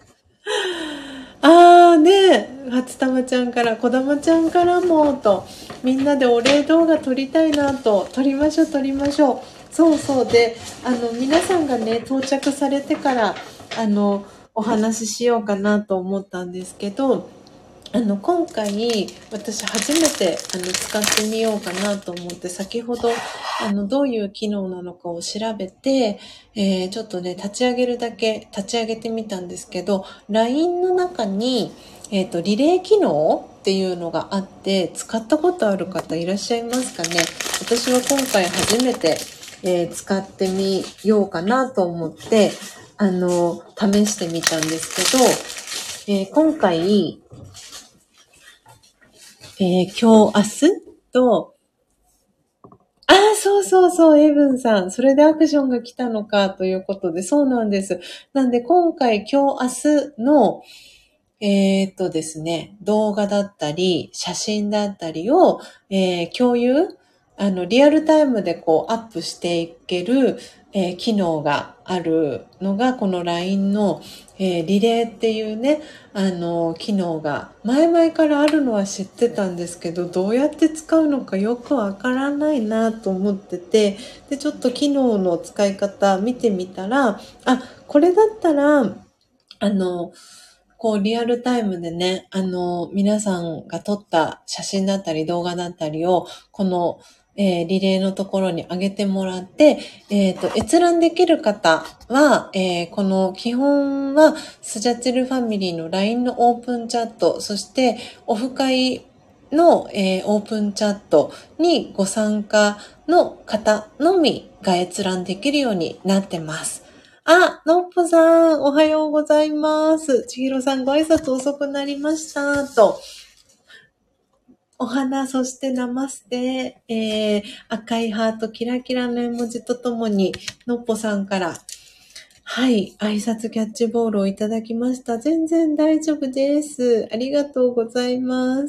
あーね、初玉ちゃんから、こだまちゃんからもと、みんなでお礼動画撮りたいなと。撮りましょう撮りましょう。そうそう。で、あの皆さんがね到着されてからあのお話ししようかなと思ったんですけど、あの今回私初めてあの使ってみようかなと思って、先ほどあのどういう機能なのかを調べて、えー、ちょっとね立ち上げるだけ立ち上げてみたんですけど、 ライン の中に、えーと、リレー機能っていうのがあって、使ったことある方いらっしゃいますかね。私は今回初めて、えー、使ってみようかなと思ってあの試してみたんですけど、えー、今回えー、今日、明日と、ああ、そうそうそう、エブンさん。それでアクションが来たのかということで、そうなんです。なんで今回、今日、明日の、えーっとですね、動画だったり、写真だったりを、えー共有あの、リアルタイムでこうアップしていける、えー機能があるのが、この ライン の、えーリレーっていうね、あの、機能が前々からあるのは知ってたんですけど、どうやって使うのかよくわからないなと思ってて、で、ちょっと機能の使い方見てみたら、あ、これだったら、あの、こうリアルタイムでね、あの、皆さんが撮った写真だったり動画だったりを、この、えーリレーのところに上げてもらって、えっと、閲覧できる方は、えーこの基本はスジャチルファミリーの ライン のオープンチャット、そしてオフ会の、えーオープンチャットにご参加の方のみが閲覧できるようになってます。あ、のっぽさん、おはようございます。ちひろさん、ご挨拶遅くなりました。と、お花、そしてナマステ、えー、赤いハート、キラキラの絵文字とともに、のっぽさんから、はい、挨拶キャッチボールをいただきました。全然大丈夫です。ありがとうございます。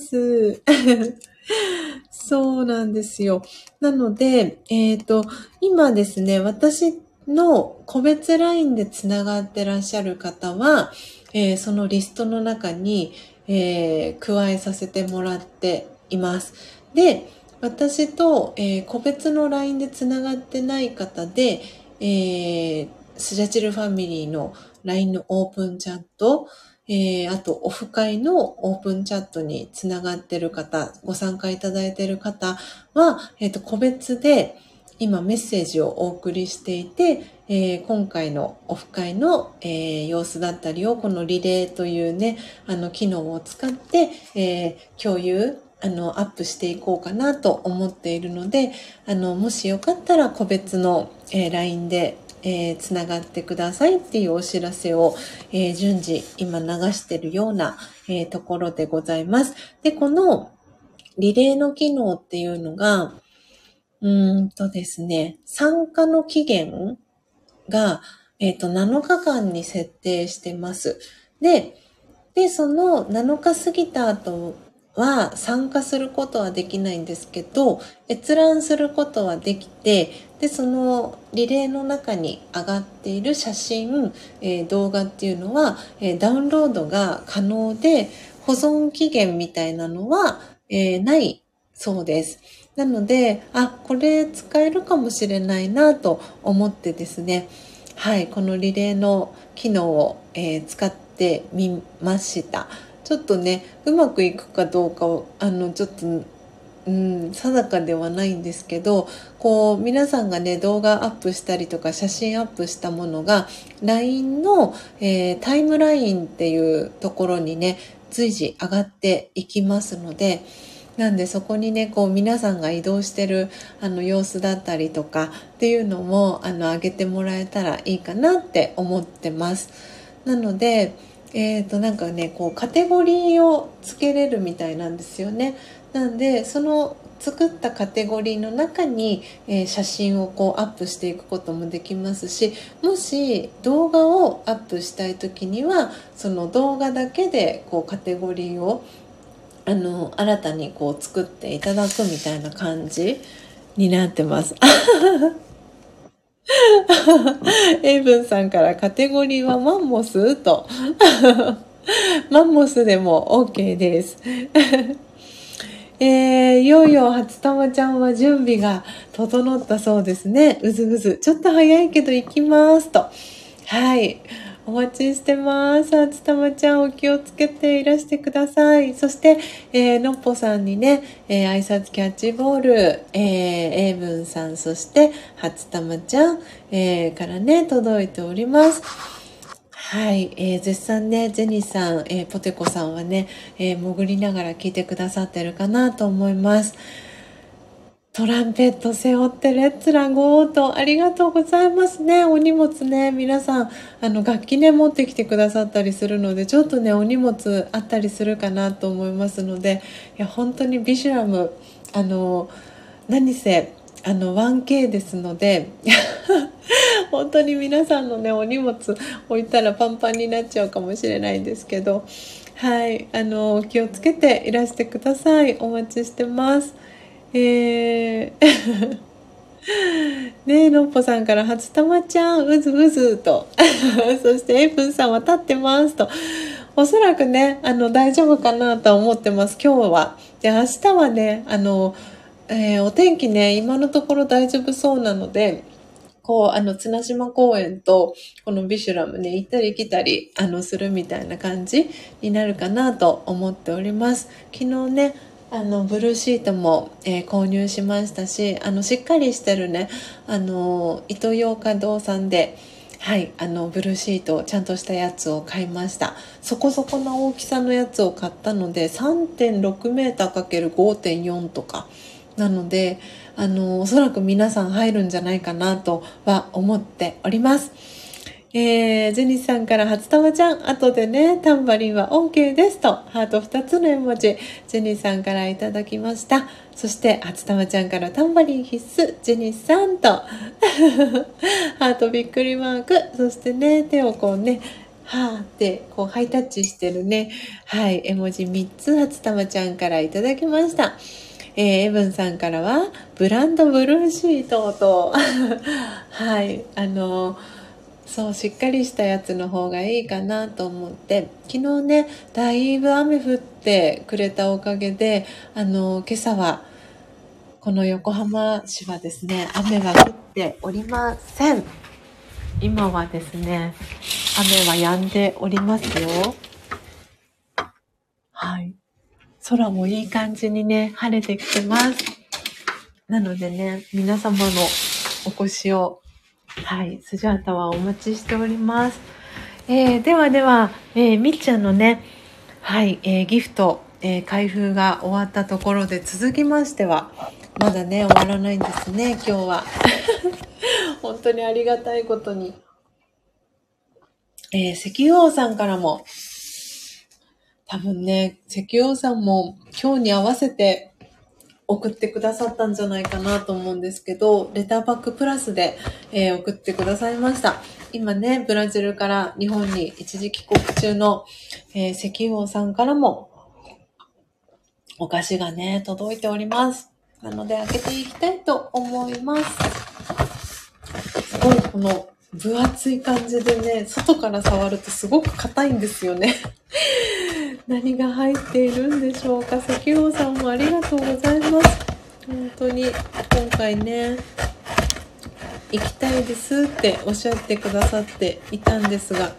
そうなんですよ。なので、えっと、今ですね、私の個別 ライン でつながってらっしゃる方は、えーそのリストの中に、えー加えさせてもらっています。で、私と、えー個別の ライン でつながってない方で、えースジャチルファミリーの ライン のオープンチャット、えー、あと、オフ会のオープンチャットにつながっている方、ご参加いただいている方は、えっと、個別で今メッセージをお送りしていて、えー今回のオフ会の、えー様子だったりを、このリレーというね、あの、機能を使って、えー共有、あの、アップしていこうかなと思っているので、あの、もしよかったら個別の、えー ライン で、えーつながってくださいっていうお知らせを、えー順次今流しているような、えーところでございます。で、このリレーの機能っていうのが、うーんとですね、参加の期限が、えっと、なのかかんに設定してます。で、で、そのなのか過ぎた後は参加することはできないんですけど、閲覧することはできて、で、そのリレーの中に上がっている写真、えー動画っていうのは、えーダウンロードが可能で、保存期限みたいなのは、えーないそうです。なので、あ、これ使えるかもしれないなと思ってですね、はい、このリレーの機能を、えー使ってみました。ちょっとね、うまくいくかどうかを、あの、ちょっと、うん、定かではないんですけど、こう、皆さんがね、動画アップしたりとか、写真アップしたものが、ライン の、えータイムラインっていうところにね、随時上がっていきますので、なんでそこにね、こう皆さんが移動してるあの様子だったりとかっていうのもあの上げてもらえたらいいかなって思ってます。なので、えーとなんかね、こうカテゴリーをつけれるみたいなんですよね。なんでその作ったカテゴリーの中に、えー写真をこうアップしていくこともできますし、もし動画をアップしたい時にはその動画だけでこうカテゴリーをあの新たにこう作っていただくみたいな感じになってます。エイブンさんからカテゴリーはマンモスとマンモスでも OK です。えー、いよいよ初玉ちゃんは準備が整ったそうですね。うずうず。ちょっと早いけど行きますと。はい。お待ちしてます。初玉ちゃんお気をつけていらしてください。そして、えーのっぽさんにね、えー挨拶キャッチボール、えー、エイブンさん、そして初玉ちゃん、えーからね、届いております。はい、えー絶賛ね、ジェニーさん、えーポテコさんはね、えー潜りながら聞いてくださってるかなと思います。トランペット背負ってレッツラゴーとありがとうございますね。お荷物ね、皆さん、あの、楽器ね、持ってきてくださったりするので、ちょっとね、お荷物あったりするかなと思いますので、いや、本当にビシュラム、あの、何せ、あの、ワンケー ですので、本当に皆さんのね、お荷物置いたらパンパンになっちゃうかもしれないんですけど、はい、あの、気をつけていらしてください。お待ちしてます。えー、ねえ、のっぽさんから、初玉ちゃん、うずうずと。そして、エイプンさんは立ってますと。おそらくね、あの、大丈夫かなと思ってます、今日は。で、明日はね、あの、えーお天気ね、今のところ大丈夫そうなので、こう、あの、綱島公園と、このビシュラムね、行ったり来たり、あの、するみたいな感じになるかなと思っております。昨日ね、あの、ブルーシートも、えー購入しましたし、あの、しっかりしてるね、あの、イトーヨーカドーさんで、はい、あの、ブルーシート、ちゃんとしたやつを買いました。そこそこな大きさのやつを買ったので、さんてんろくメーター × ごてんよん とか、なので、あの、おそらく皆さん入るんじゃないかなとは思っております。えー、ジェニスさんから初玉ちゃん、後でね、タンバリンは OK ですと、ハートふたつの絵文字、ジェニスさんからいただきました。そして、初玉ちゃんからタンバリン必須、ジェニスさんと、ハートびっくりマーク、そしてね、手をこうね、はーってこうハイタッチしてるね、はい、絵文字みっつ初玉ちゃんからいただきました。えー、エブンさんからはブランドブルーシートとはい、あのそうしっかりしたやつの方がいいかなと思って、昨日ねだいぶ雨降ってくれたおかげで、あの今朝はこの横浜市はですね、雨は降っておりません。今はですね、雨は止んでおりますよ。はい、空もいい感じにね晴れてきてます。なのでね、皆様のお越しを、はい、スジャータはお待ちしております。えー、ではでは、えー、みっちゃんのね、はい、えー、ギフト、えー、開封が終わったところで、続きましては、まだね、終わらないんですね、今日は。本当にありがたいことに。えー、石油王さんからも、多分ね、石油王さんも今日に合わせて、 送ってくださったんじゃないかなと思うんですけど、レターパックプラスで、えー送ってくださいました。今ね、ブラジルから日本に一時帰国中の、えー石油王さんからもお菓子がね、届いております。なので開けていきたいと思います。すごいこの分厚い感じでね、外から触るとすごく硬いんですよね。何が入っているんでしょうか。石油王さんもありがとうございます。本当に今回ね、行きたいですっておっしゃってくださっていたんですが、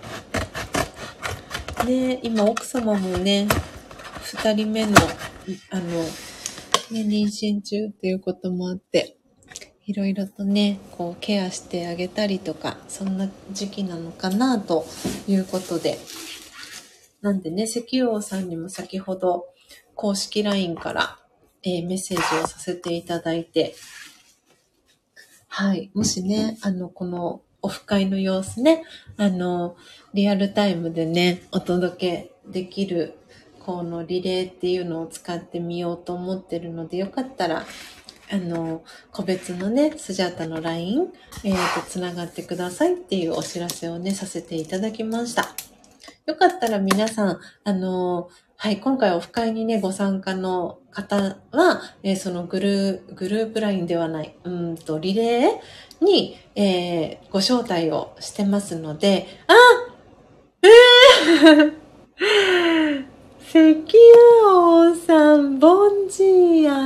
ね、今奥様もね、二人目の、あの、ね、妊娠中っていうこともあって、いろいろとね、こうケアしてあげたりとか、そんな時期なのかなということで、なんでね、石油王さんにも先ほど公式 ライン から、えーメッセージをさせていただいて、はい、もしね、あの、このオフ会の様子ね、あの、リアルタイムでね、お届けできる、このリレーっていうのを使ってみようと思ってるので、よかったら、あの、個別のね、スジャータの ライン、えーと、つながってくださいっていうお知らせをね、させていただきました。よかったら皆さん、あの、はい、今回オフ会にね、ご参加の方は、えーそのグルー、グループ ライン ではない、うーんと、リレーに、えーご招待をしてますので、あ石油王さん、ボンジーヤ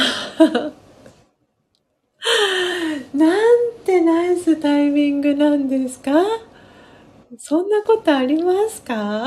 なんてナイスタイミングなんですか？そんなことありますか？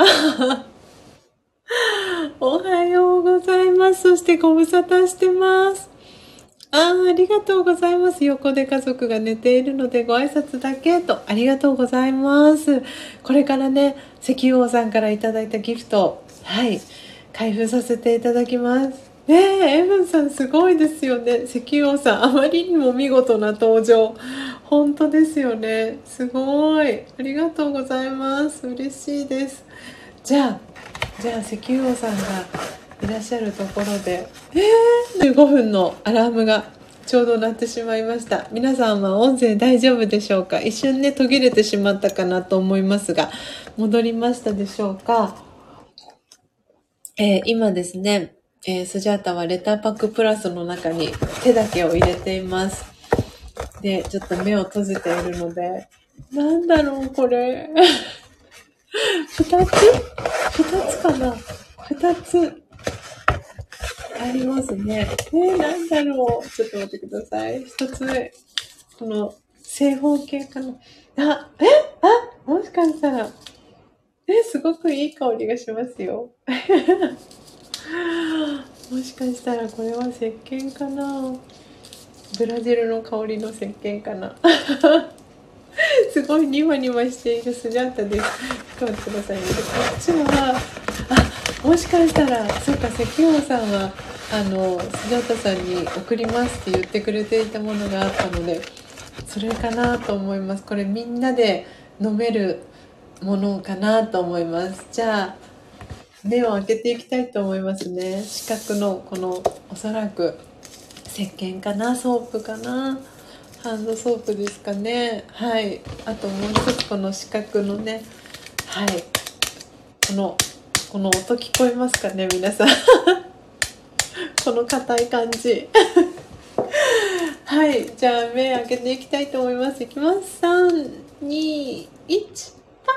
おはようございます。そしてご無沙汰してます。あー、ありがとうございます。横で家族が寝ているのでご挨拶だけと、ありがとうございます。これからね、石油王さんからいただいたギフト、はい、開封させていただきます。ねえ、エブンさんすごいですよね。石油王さん、あまりにも見事な登場。本当ですよね。すごい。ありがとうございます。嬉しいです。じゃあ、じゃあ石油王さんがいらっしゃるところで、えー、じゅうごふんのアラームがちょうど鳴ってしまいました。皆さんは音声大丈夫でしょうか？一瞬ね、途切れてしまったかなと思いますが、戻りましたでしょうか？えー今ですね、えースジャータはレターパックプラスの中に手だけを入れています。で、ちょっと目を閉じているので、なんだろう、これ。二つ二つかな二つありますね。えー、なんだろう。ちょっと待ってください。一つ目。この、正方形かな。あ、えあ、もしかしたら、え、すごくいい香りがしますよ。もしかしたらこれは石鹸かな。ブラジルの香りの石鹸かな。すごいニマニマしているスジャータです。ちょっと待ってくださいね。こっちは、あ、もしかしたら、そうか、石油王さんは、あの、スジャータさんに送りますって言ってくれていたものがあったので、それかなと思います。これみんなで飲めるものかなと思います。じゃあ、目を開けていきたいと思いますね。四角の、この、おそらく、石鹸かな、ソープかな。ハンドソープですかね。はい。あともう一つこの四角のね。はい。この、この音聞こえますかね、皆さん。この硬い感じ。はい。じゃあ目開けていきたいと思います。いきます。さん、に、いち。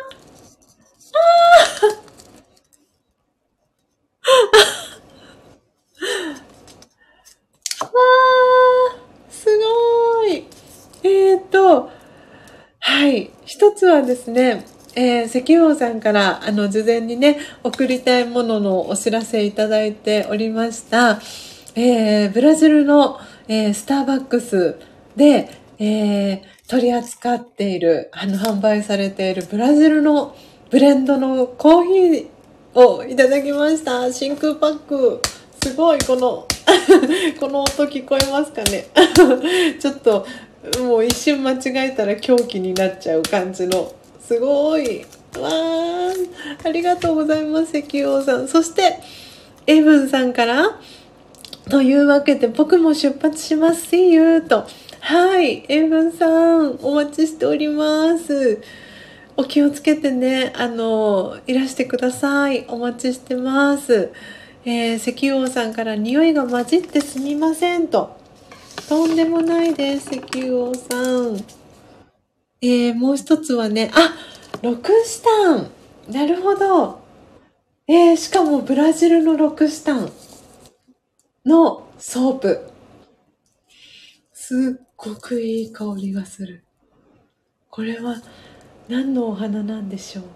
わー、すごーい。えーと、はい。一つはですね、えー、石油王さんから、あの、事前にね、送りたいもののお知らせいただいておりました。えー、ブラジルの、えー、スターバックスで、えー、取り扱っている、あの、販売されているブラジルのブレンドのコーヒーをいただきました。真空パック。すごい、この、この音聞こえますかね。ちょっと、もう一瞬間違えたら狂気になっちゃう感じの、すごい。わー、ありがとうございます、石油王さん。そして、エブンさんから、 というわけで、僕も出発します。See you! と。はい。エイブンさん、お待ちしております。お気をつけてね、あの、いらしてください。お待ちしてます。えー、石油王さんから匂いが混じってすみませんと。とんでもないです、石油王さん。えー、もう一つはね、あ、ロクシタン。なるほど。えー、しかもブラジルのロクシタンのソープ。すっごくいい香りがする。これは何のお花なんでしょう。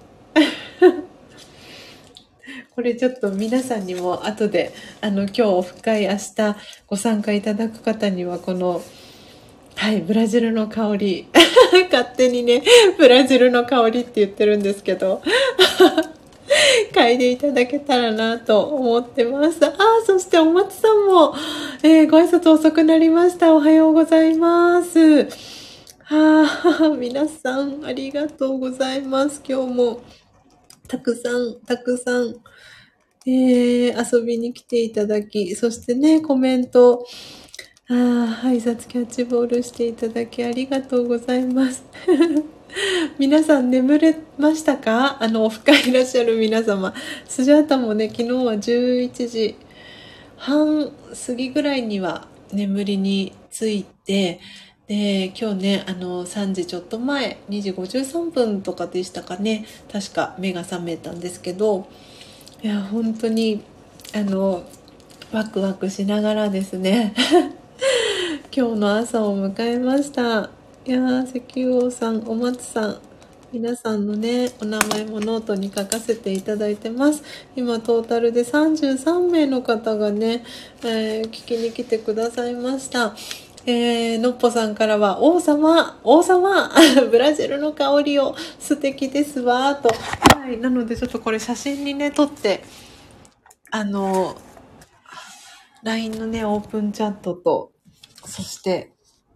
これちょっと皆さんにも後で、あの、今日オフ会明日ご参加いただく方にはこの、はい、ブラジルの香り。勝手にね、ブラジルの香りって言ってるんですけど、嗅いでいただけたらなと思ってます。ああ、そしてお松さんも、えー、ご挨拶遅くなりました。おはようございます。はあ、皆さんありがとうございます。今日もたくさん、たくさん、えー、遊びに来ていただき、そしてね、コメント、ああ、挨拶キャッチボールしていただきありがとうございます。皆さん眠れましたか？あの、オフ会いらっしゃる皆様。スジャータもね、昨日はじゅういちじはん過ぎぐらいには眠りについて、で、今日ね、あの、さんじちょっと前、にじごじゅうさんぷんとかでしたかね。確か目が覚めたんですけど、いや、本当に、あの、ワクワクしながらですね、今日の朝を迎えました。いやー、石油王さん、お松さん、皆さんのね、お名前もノートに書かせていただいてます。今、トータルでさんじゅうさんめいの方がね、えー、聞きに来てくださいました。えー、のっぽさんからは、王様、王様、ブラジルの香りを素敵ですわ、と。はい、なのでちょっとこれ写真にね、撮って、あの、ライン のね、オープンチャットと、そして、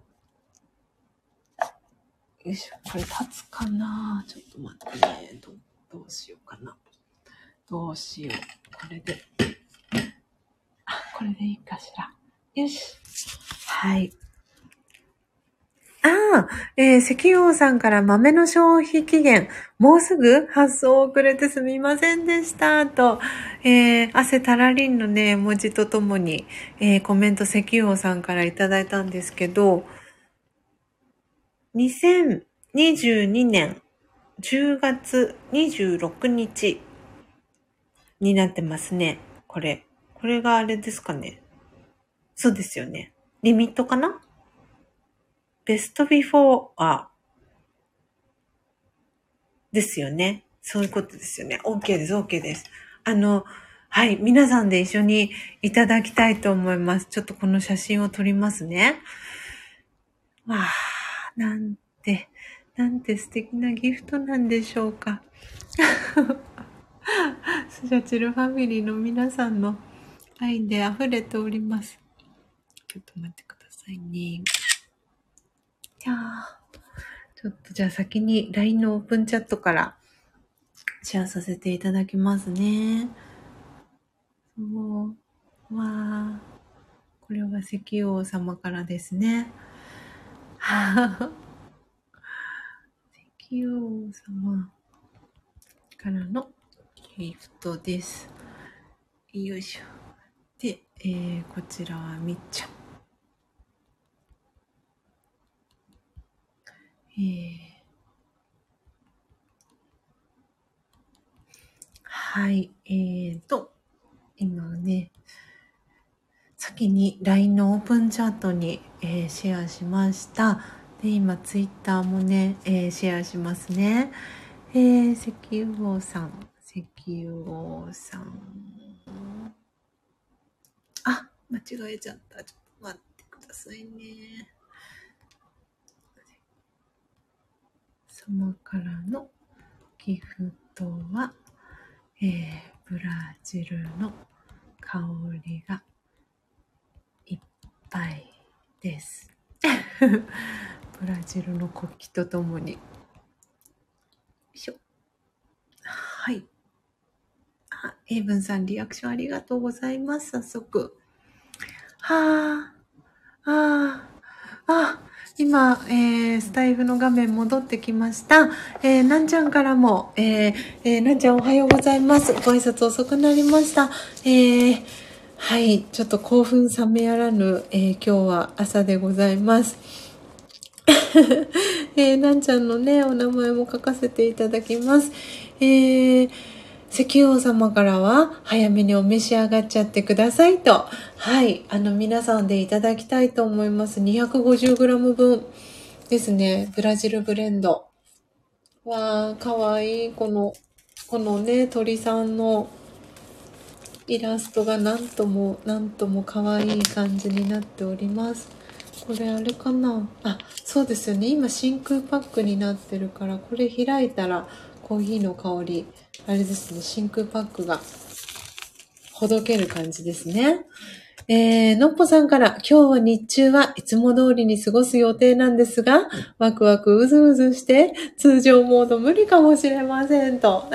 よいしょ、これ立つかな？ちょっと待ってね。ど、どうしようかな。どうしよう。これで。あ、これでいいかしら。よし。はい。ああ、えー、石油王さんから豆の消費期限、もうすぐ発送遅れてすみませんでした。と、えー、汗たらりんのね、文字とともに、えー、コメント石油王さんからいただいたんですけど、にせんにじゅうにねんじゅうがつにじゅうろくにちになってますね。これ。これがあれですかね。そうですよね。リミットかな？ベストビフォーですよね。そういうことですよね。OK です、OK です。あの、はい。皆さんで一緒にいただきたいと思います。ちょっとこの写真を撮りますね。わあ、なんて、なんて素敵なギフトなんでしょうか。スジャチルファミリーの皆さんの愛で溢れております。ちょっと待ってくださいね。じゃあ、ちょっとじゃあ先に ライン のオープンチャットからシェアさせていただきますね。そう。わあ、これは石油王様からですね。石油王様からのギフトです。よいしょ。で、えー、こちらはみっちゃん。えー、はい、えーと、今ね、先に ライン のオープンチャットに、えー、シェアしました。で、今、ツイッターもね、えー、シェアしますね。えー、石油王さん、石油王さん。あ、間違えちゃった。ちょっと待ってくださいね。様からのギフトは、えー、ブラジルの香りがいっぱいです。ブラジルの国旗とともに。よいしょ。はい。あ、エイブンさんリアクションありがとうございます。早速。 はあ、ああ、あ、今、えー、スタイフの画面戻ってきました。えー、なんちゃんからも、えーえー、なんちゃんおはようございます。ご挨拶遅くなりました。えー、はい、ちょっと興奮冷めやらぬ、えー、今日は朝でございます。えー、なんちゃんのね、お名前も書かせていただきます。えー、石王様からは、早めにお召し上がっちゃってくださいと。はい、あの、皆さんでいただきたいと思います。にひゃくごじゅうグラム 分ですね。ブラジルブレンド。わー、かわいい。この、このね、鳥さんのイラストがなんとも、なんともかわいい感じになっております。これあれかなあ、そうですよね。今真空パックになってるから、これ開いたらコーヒーの香り、あれですね、真空パックがほどける感じですね。えー、のっぽさんから、今日は日中はいつも通りに過ごす予定なんですが、ワクワクうずうずして、通常モード無理かもしれませんと。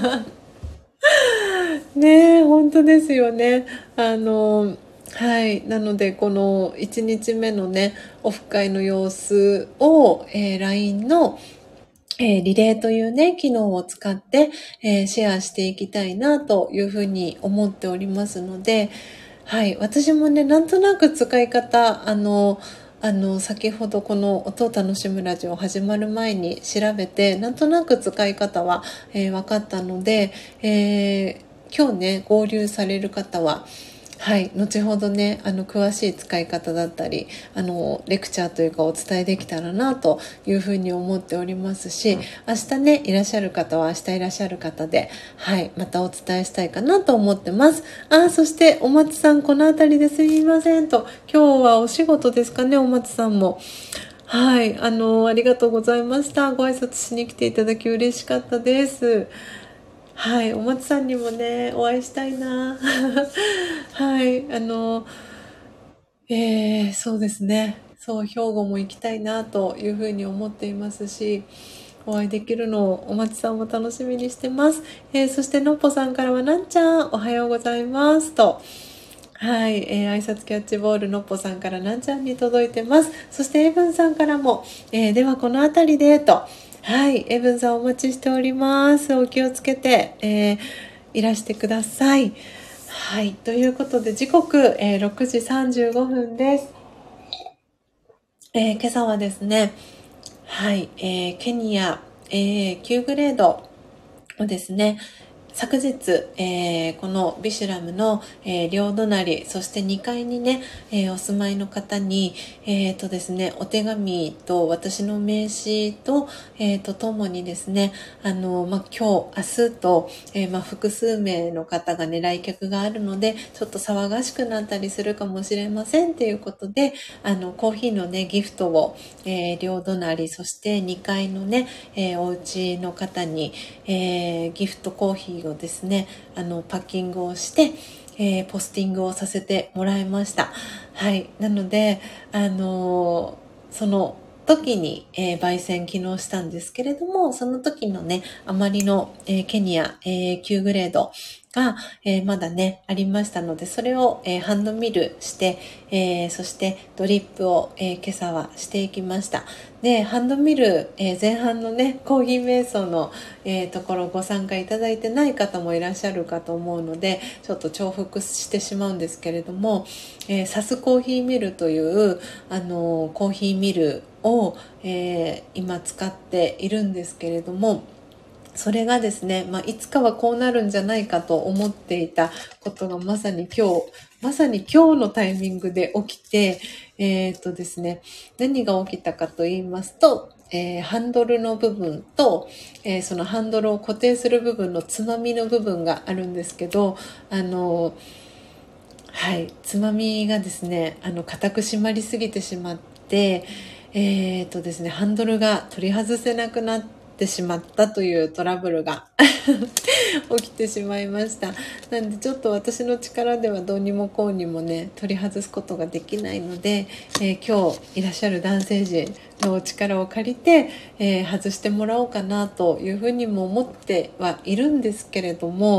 ねえ、本当ですよね。あの、はい。なので、このいちにちめのね、オフ会の様子を、えー ライン の、えーリレーというね、機能を使って、えーシェアしていきたいなというふうに思っておりますので、はい。私もね、なんとなく使い方、あの、あの、先ほどこの音を楽しむラジオ始まる前に調べて、なんとなく使い方は、えー分かったので、えー今日ね、合流される方は、はい、後ほどね、あの、詳しい使い方だったり、あの、レクチャーというかお伝えできたらなというふうに思っておりますし、明日ね、いらっしゃる方は明日いらっしゃる方で、はい、またお伝えしたいかなと思ってます。あ、そしてお松さん、このあたりですみませんと、今日はお仕事ですかね、お松さんも。はい、あの、ありがとうございました。ご挨拶しに来ていただき嬉しかったです。はい、お松さんにもね、お会いしたいな。はい、あの、えー、そうですね。そう、兵庫も行きたいなというふうに思っていますし、お会いできるのをお松さんも楽しみにしてます。えー、そしてのっぽさんからはなんちゃん、おはようございますと。はい、えー、挨拶キャッチボールのっぽさんからなんちゃんに届いてます。そしてエブンさんからも、えー、ではこのあたりでと。はい、エブンさんお待ちしております。お気をつけて、えー、いらしてください。はい、ということで時刻、えー、ろくじさんじゅうごふんです。えー、今朝はですね、はい、えー、ケニア、えー、きゅうグレードをですね、昨日、えーこのビシュラムの、えー両隣、そしてにかいにね、えーお住まいの方に、えーとですね、お手紙と私の名刺と、えーとともにですね、あの、まあ、今日、明日と、えーまあ、複数名の方がね、来客があるので、ちょっと騒がしくなったりするかもしれませんということで、あの、コーヒーのね、ギフトを、えー両隣、そしてにかいのね、えーお家の方に、えーギフトコーヒーをですね、あの、パッキングをして、えーポスティングをさせてもらいました。はい。なので、あのーその時に、えー焙煎機能したんですけれども、その時のね、あまりの、えーケニア、えーきゅうグレードが、えーまだね、ありましたので、それを、えーハンドミルして、えーそしてドリップを、えー今朝はしていきました。で、ハンドミル、えー前半のね、コーヒー瞑想の、えーところご参加いただいてない方もいらっしゃるかと思うので、ちょっと重複してしまうんですけれども、えーサスコーヒーミルという、あのーコーヒーミルを、えー今使っているんですけれども、それがですね、まあ、いつかはこうなるんじゃないかと思っていたことがまさに今日、まさに今日のタイミングで起きて、えーっとですね、何が起きたかと言いますと、えーハンドルの部分と、えーそのハンドルを固定する部分のつまみの部分があるんですけど、あの、はい、つまみがですね、あの、固く締まりすぎてしまって、えーっとですね、ハンドルが取り外せなくなってしまったというトラブルが起きてしまいました。なんでちょっと私の力ではどうにもこうにもね、取り外すことができないので、えー今日いらっしゃる男性陣のお力を借りて、えー外してもらおうかなというふうにも思ってはいるんですけれども、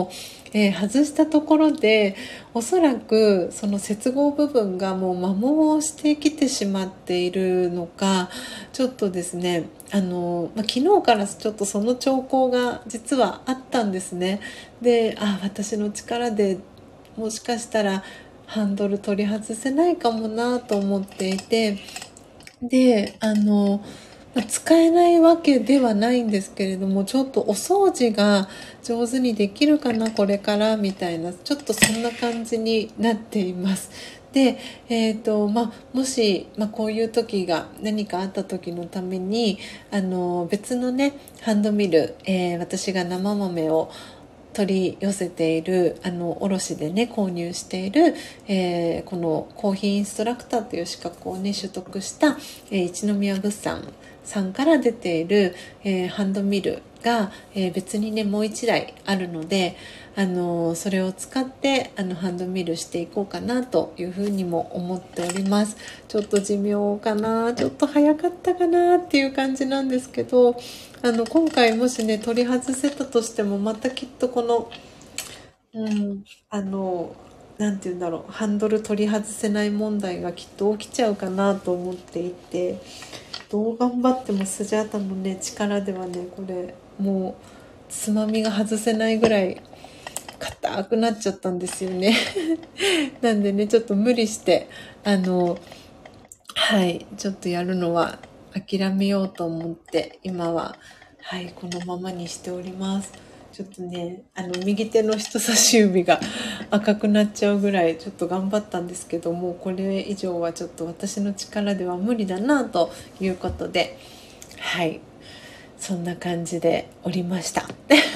えー外したところでおそらくその接合部分がもう摩耗してきてしまっているのか、ちょっとですね、あの、まあ、昨日からちょっとその兆候が実はあったんですね。で、あ、私の力でもしかしたらハンドル取り外せないかもなと思っていて、で、あの、まあ使えないわけではないんですけれども、ちょっとお掃除が上手にできるかな、これから、みたいな、ちょっとそんな感じになっています。で、えっと、まあ、もし、まあ、こういう時が何かあった時のために、あの、別のね、ハンドミル、えー私が生豆を取り寄せているあの卸でね購入している、えーこのコーヒーインストラクターという資格をね取得した、えー一宮物産さんから出ている、えーハンドミルが、えー別にねもう一台あるので、あのーそれを使ってあのハンドミルしていこうかなというふうにも思っております。ちょっと寿命かな、ちょっと早かったかなっていう感じなんですけど、あの今回もしね取り外せたとしてもまたきっとこの、うん、あのなんて言うんだろう、ハンドル取り外せない問題がきっと起きちゃうかなと思っていて、どう頑張ってもスジャータのね力ではねこれもうつまみが外せないぐらい硬くなっちゃったんですよね。なんでねちょっと無理してあのはいちょっとやるのは諦めようと思って今ははいこのままにしております。ちょっとねあの右手の人差し指が赤くなっちゃうぐらいちょっと頑張ったんですけども、これ以上はちょっと私の力では無理だなということで、はいそんな感じでおりました。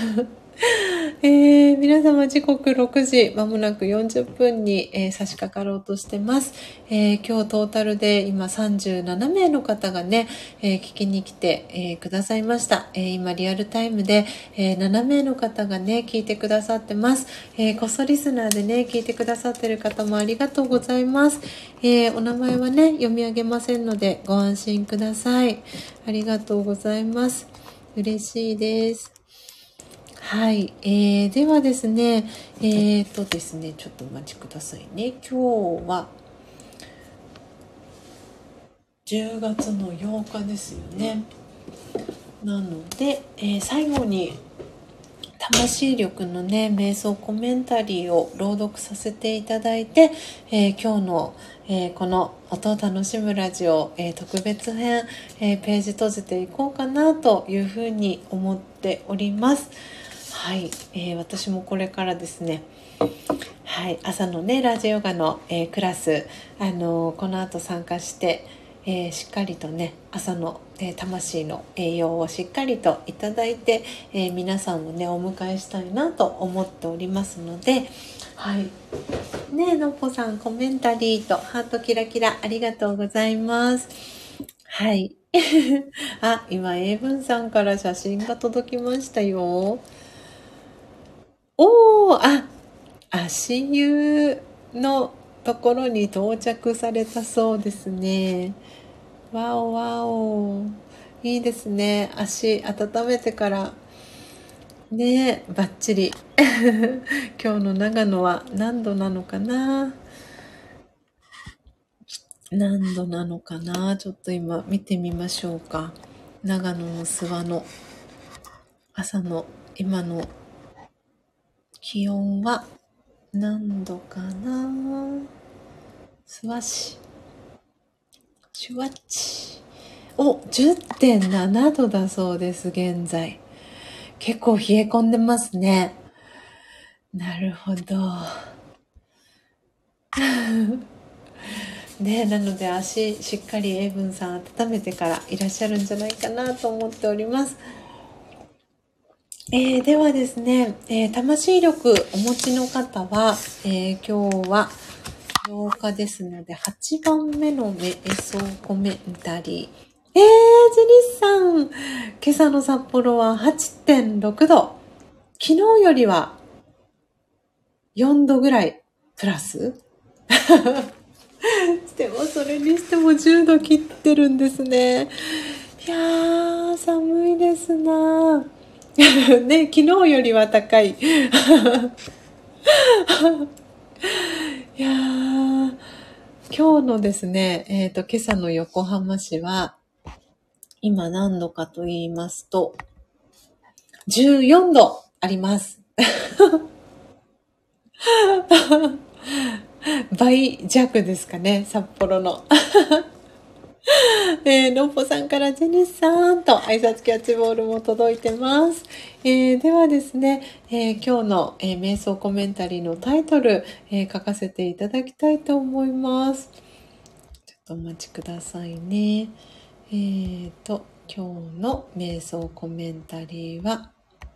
えー、皆様時刻ろくじまもなくよんじゅっぷんに、えー差し掛かろうとしてます。えー今日トータルで今さんじゅうななめいの方がね、えー聞きに来て、えーくださいました。えー今リアルタイムで、えーななめいの方がね聞いてくださってます。えーこっそリスナーでね聞いてくださってる方もありがとうございます。えーお名前はね読み上げませんのでご安心ください。ありがとうございます。嬉しいです。はい、えー、ではですね、えーとですね、ちょっとお待ちくださいね。今日はじゅうがつのようかですよね。なので、えー最後に魂力のね、瞑想コメンタリーを朗読させていただいて、えー今日の、えーこの音を楽しむラジオ、えー特別編、えーページ閉じていこうかなというふうに思っております。はい、えー私もこれからですね、はい、朝のねラジオヨガの、えークラス、あのーこの後参加して、えーしっかりとね朝の、えー魂の栄養をしっかりといただいて、えー皆さんをねお迎えしたいなと思っておりますので、はいねえのっぽさんコメンタリーとハートキラキラありがとうございます。はいあ、今英文さんから写真が届きましたよ。おー、あ、足湯のところに到着されたそうですね。わおわお。いいですね。足温めてからね、バッチリ。今日の長野は何度なのかな、何度なのかな、ちょっと今見てみましょうか。長野の諏訪の朝の今の気温は何度かな。諏訪市。シュワッチ。お、じゅってんななどだそうです、現在。結構冷え込んでますね。なるほど。ね、なので足しっかりエイブンさん温めてからいらっしゃるんじゃないかなと思っております。えーではですね、えー魂力お持ちの方は、えー今日はようかですので、はちばんめの瞑想コメンタリー。えー、ジェニスさん、今朝の札幌は はちてんろくど。昨日よりはよんどぐらいプラスでもそれにしてもじゅうど切ってるんですね。いやー、寒いですなね、昨日よりは高い。 いやー、今日のですね、えっと、今朝の横浜市は、今何度かと言いますと、じゅうよんどあります。倍弱ですかね、札幌の。えー、のっぽさんからジェニスさんと挨拶キャッチボールも届いてます。えー、ではですね、えー今日の、えー瞑想コメンタリーのタイトル、えー書かせていただきたいと思います。ちょっとお待ちくださいね。えーと、今日の瞑想コメンタリーは、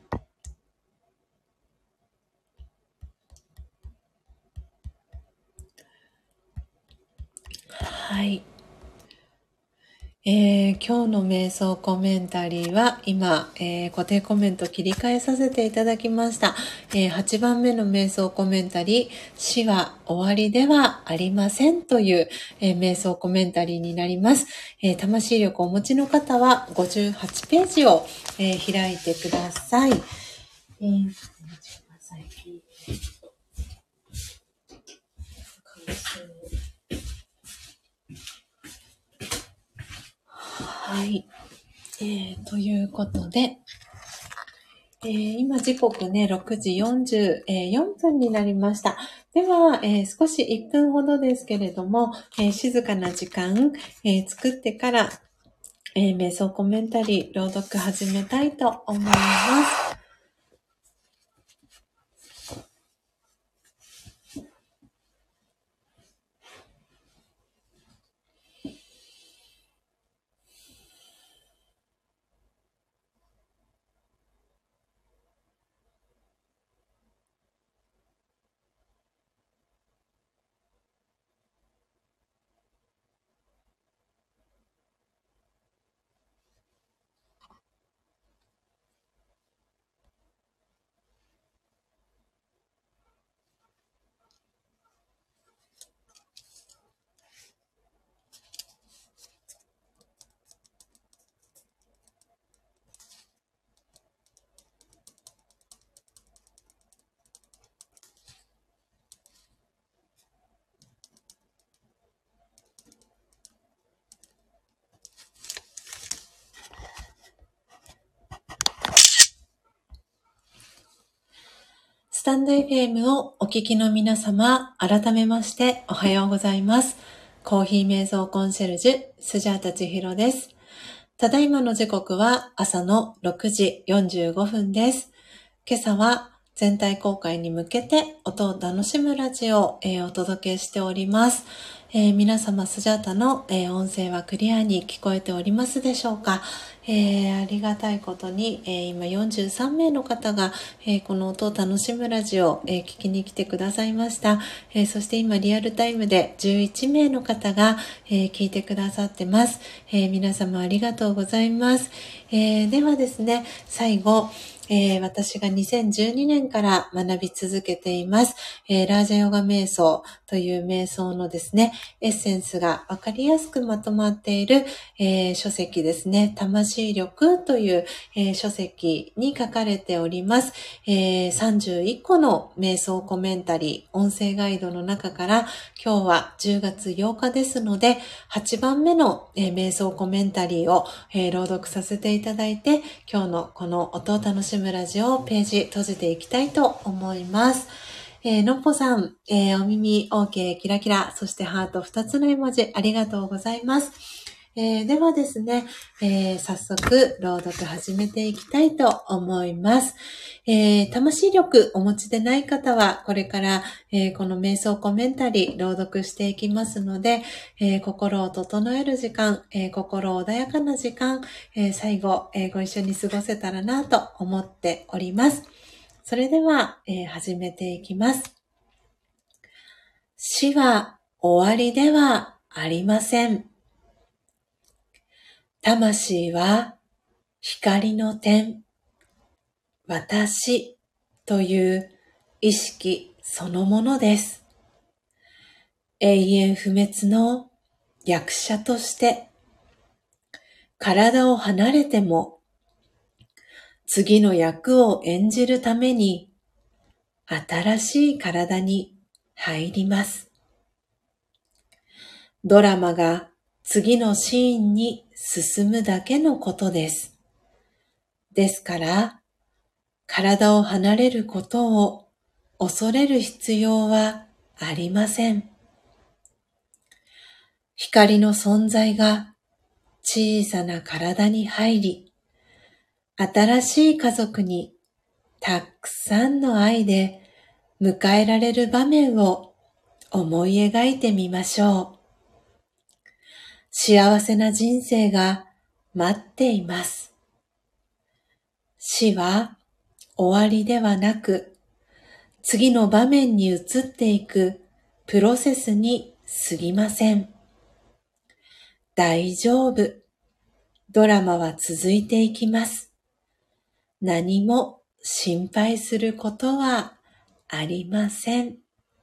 はい。えー今日の瞑想コメンタリーは今、えー固定コメント切り替えさせていただきました。えーはちばんめの瞑想コメンタリー、死は終わりではありませんという、えー瞑想コメンタリーになります。えー魂力をお持ちの方はごじゅうはちページを、えー開いてください。えー、お待ちください。はい。えー、ということで、えー今時刻ね、ろくじよんじゅうよんぷんになりました。では、えー少しいっぷんほどですけれども、えー静かな時間、えー作ってから、えー瞑想コメンタリー朗読始めたいと思います。スタンド エフエム をお聞きの皆様、改めましておはようございます。コーヒー瞑想コンシェルジュ、スジャータチヒロです。ただいまの時刻は朝のろくじよんじゅうごふんです。今朝は全体公開に向けて音を楽しむラジオを、えーお届けしております。えー皆様スジャータの、えー音声はクリアに聞こえておりますでしょうか。えーありがたいことに、えー今よんじゅうさんめいの方が、えーこの音を楽しむラジオを、えー聞きに来てくださいました。えーそして今リアルタイムでじゅういちめいの方が、えー聞いてくださってます。えー皆様ありがとうございます。えーではですね、最後、えー私がにせんじゅうにねんから学び続けています、えーラージャヨガ瞑想という瞑想のですね、エッセンスがわかりやすくまとまっている、えー書籍ですね、魂力という、えー書籍に書かれております、えーさんじゅういっこの瞑想コメンタリー、音声ガイドの中から今日はじゅうがつようかですので、はちばんめの、えー瞑想コメンタリーを、えー朗読させていただいて、今日のこの音を楽しむラジオをページ閉じていきたいと思います。えーのっぽさん、えーお耳 OK キラキラ、そしてハートふたつの絵文字ありがとうございます。えーではですね、えー早速朗読始めていきたいと思います。えー魂力お持ちでない方は、これから、えーこの瞑想コメンタリー朗読していきますので、えー心を整える時間、えー心穏やかな時間、えー最後、えーご一緒に過ごせたらなと思っております。それでは、えー始めていきます。死は終わりではありません。魂は光の点、私という意識そのものです。永遠不滅の役者として体を離れても次の役を演じるために新しい体に入ります。ドラマが次のシーンに進むだけのことです。ですから、体を離れることを恐れる必要はありません。光の存在が小さな体に入り、新しい家族にたくさんの愛で迎えられる場面を思い描いてみましょう。幸せな人生が待っています。死は終わりではなく、次の場面に移っていくプロセスに過ぎません。大丈夫。ドラマは続いていきます。何も心配することはありません。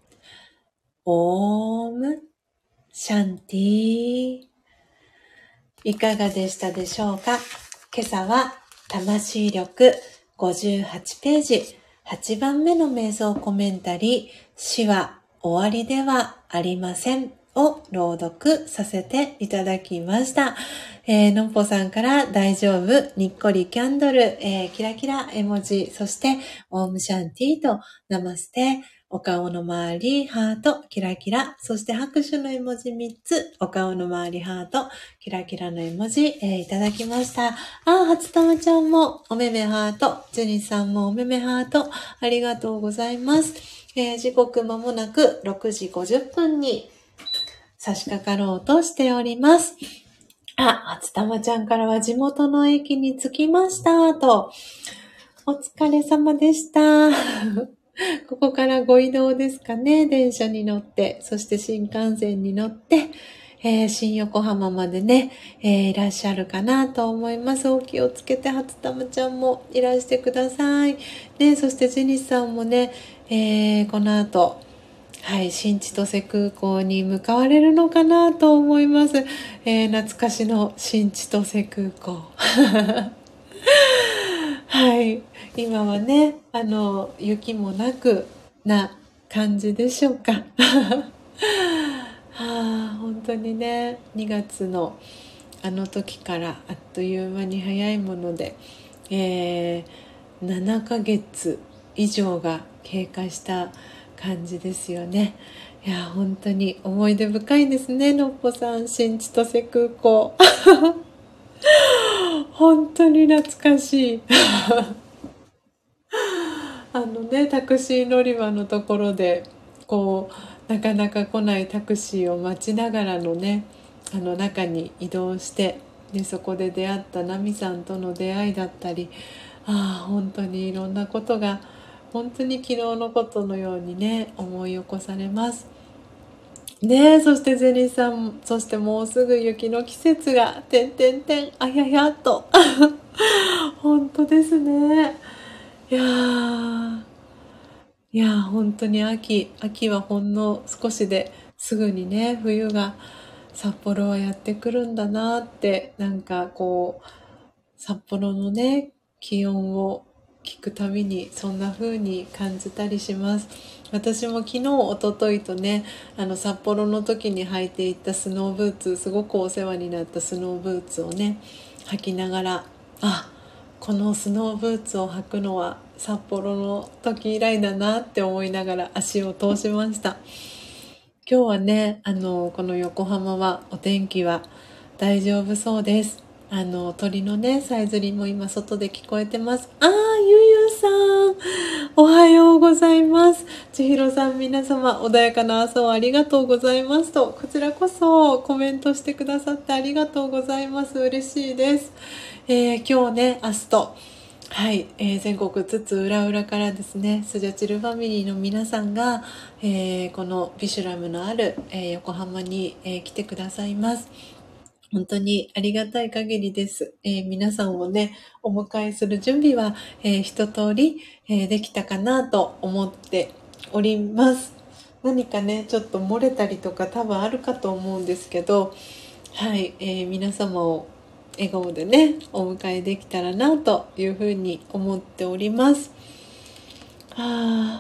オームシャンティー。いかがでしたでしょうか。今朝は魂力ごじゅうはちページはちばんめの瞑想コメンタリー、死は終わりではありませんを朗読させていただきました。えー、のっぽさんから大丈夫、にっこりキャンドル、えー、キラキラ絵文字、そしてオームシャンティーとナマステ、お顔の周り、ハート、キラキラ、そして拍手の絵文字みっつ、お顔の周り、ハート、キラキラの絵文字、えー、いただきました。あ、初玉ちゃんもおめめハート、ジュニさんもおめめハート、ありがとうございます。えー、時刻まもなくろくじごじゅっぷんに差し掛かろうとしております。あ、初玉ちゃんからは地元の駅に着きましたと、お疲れ様でした。ここからご移動ですかね。電車に乗って、そして新幹線に乗って、えー、新横浜までね、えー、いらっしゃるかなと思います。お気をつけて、初玉ちゃんもいらしてください。ね、そしてジェニスさんもね、えー、この後、はい、新千歳空港に向かわれるのかなと思います。えー、懐かしの新千歳空港。はい。今はね、あの、雪もなくな感じでしょうか。はあ、本当にね、にがつのあの時からあっという間に早いもので、えー、ななかげつ以上が経過した感じですよね。いや、本当に思い出深いですね、のっぽさん、新千歳空港。本当に懐かしい。あのね、タクシー乗り場のところでこうなかなか来ないタクシーを待ちながらのね、あの中に移動して、でそこで出会ったナミさんとの出会いだったり、ああ本当にいろんなことが本当に昨日のことのようにね思い起こされますね。え、そしてゼニーさん、そしてもうすぐ雪の季節がてんてんてん、あややっと本当ですね。いやーいやー本当に秋秋はほんの少しですぐにね、冬が札幌はやってくるんだなって、なんかこう札幌のね気温を聞くたびにそんな風に感じたりします。私も昨日一昨日とね、あの札幌の時に履いていたスノーブーツ、すごくお世話になったスノーブーツをね履きながら、あ、このスノーブーツを履くのは札幌の時以来だなって思いながら足を通しました。今日はね、あのこの横浜はお天気は大丈夫そうです。あの鳥のねさえずりも今外で聞こえてます。あー、ゆゆさん、おはようございます。千尋さん、皆様穏やかな朝をありがとうございますと、こちらこそコメントしてくださってありがとうございます。嬉しいです。えー、今日ね、明日とはい、えー、全国津々浦々からですね、スジャチルファミリーの皆さんが、えー、このビシュラムのある、えー、横浜に、えー、来てくださいます。本当にありがたい限りです。えー、皆さんをね、お迎えする準備は、えー、一通り、えー、できたかなと思っております。何かね、ちょっと漏れたりとか多分あるかと思うんですけど、はい、えー、皆様を笑顔でねお迎えできたらなというふうに思っております。はあ、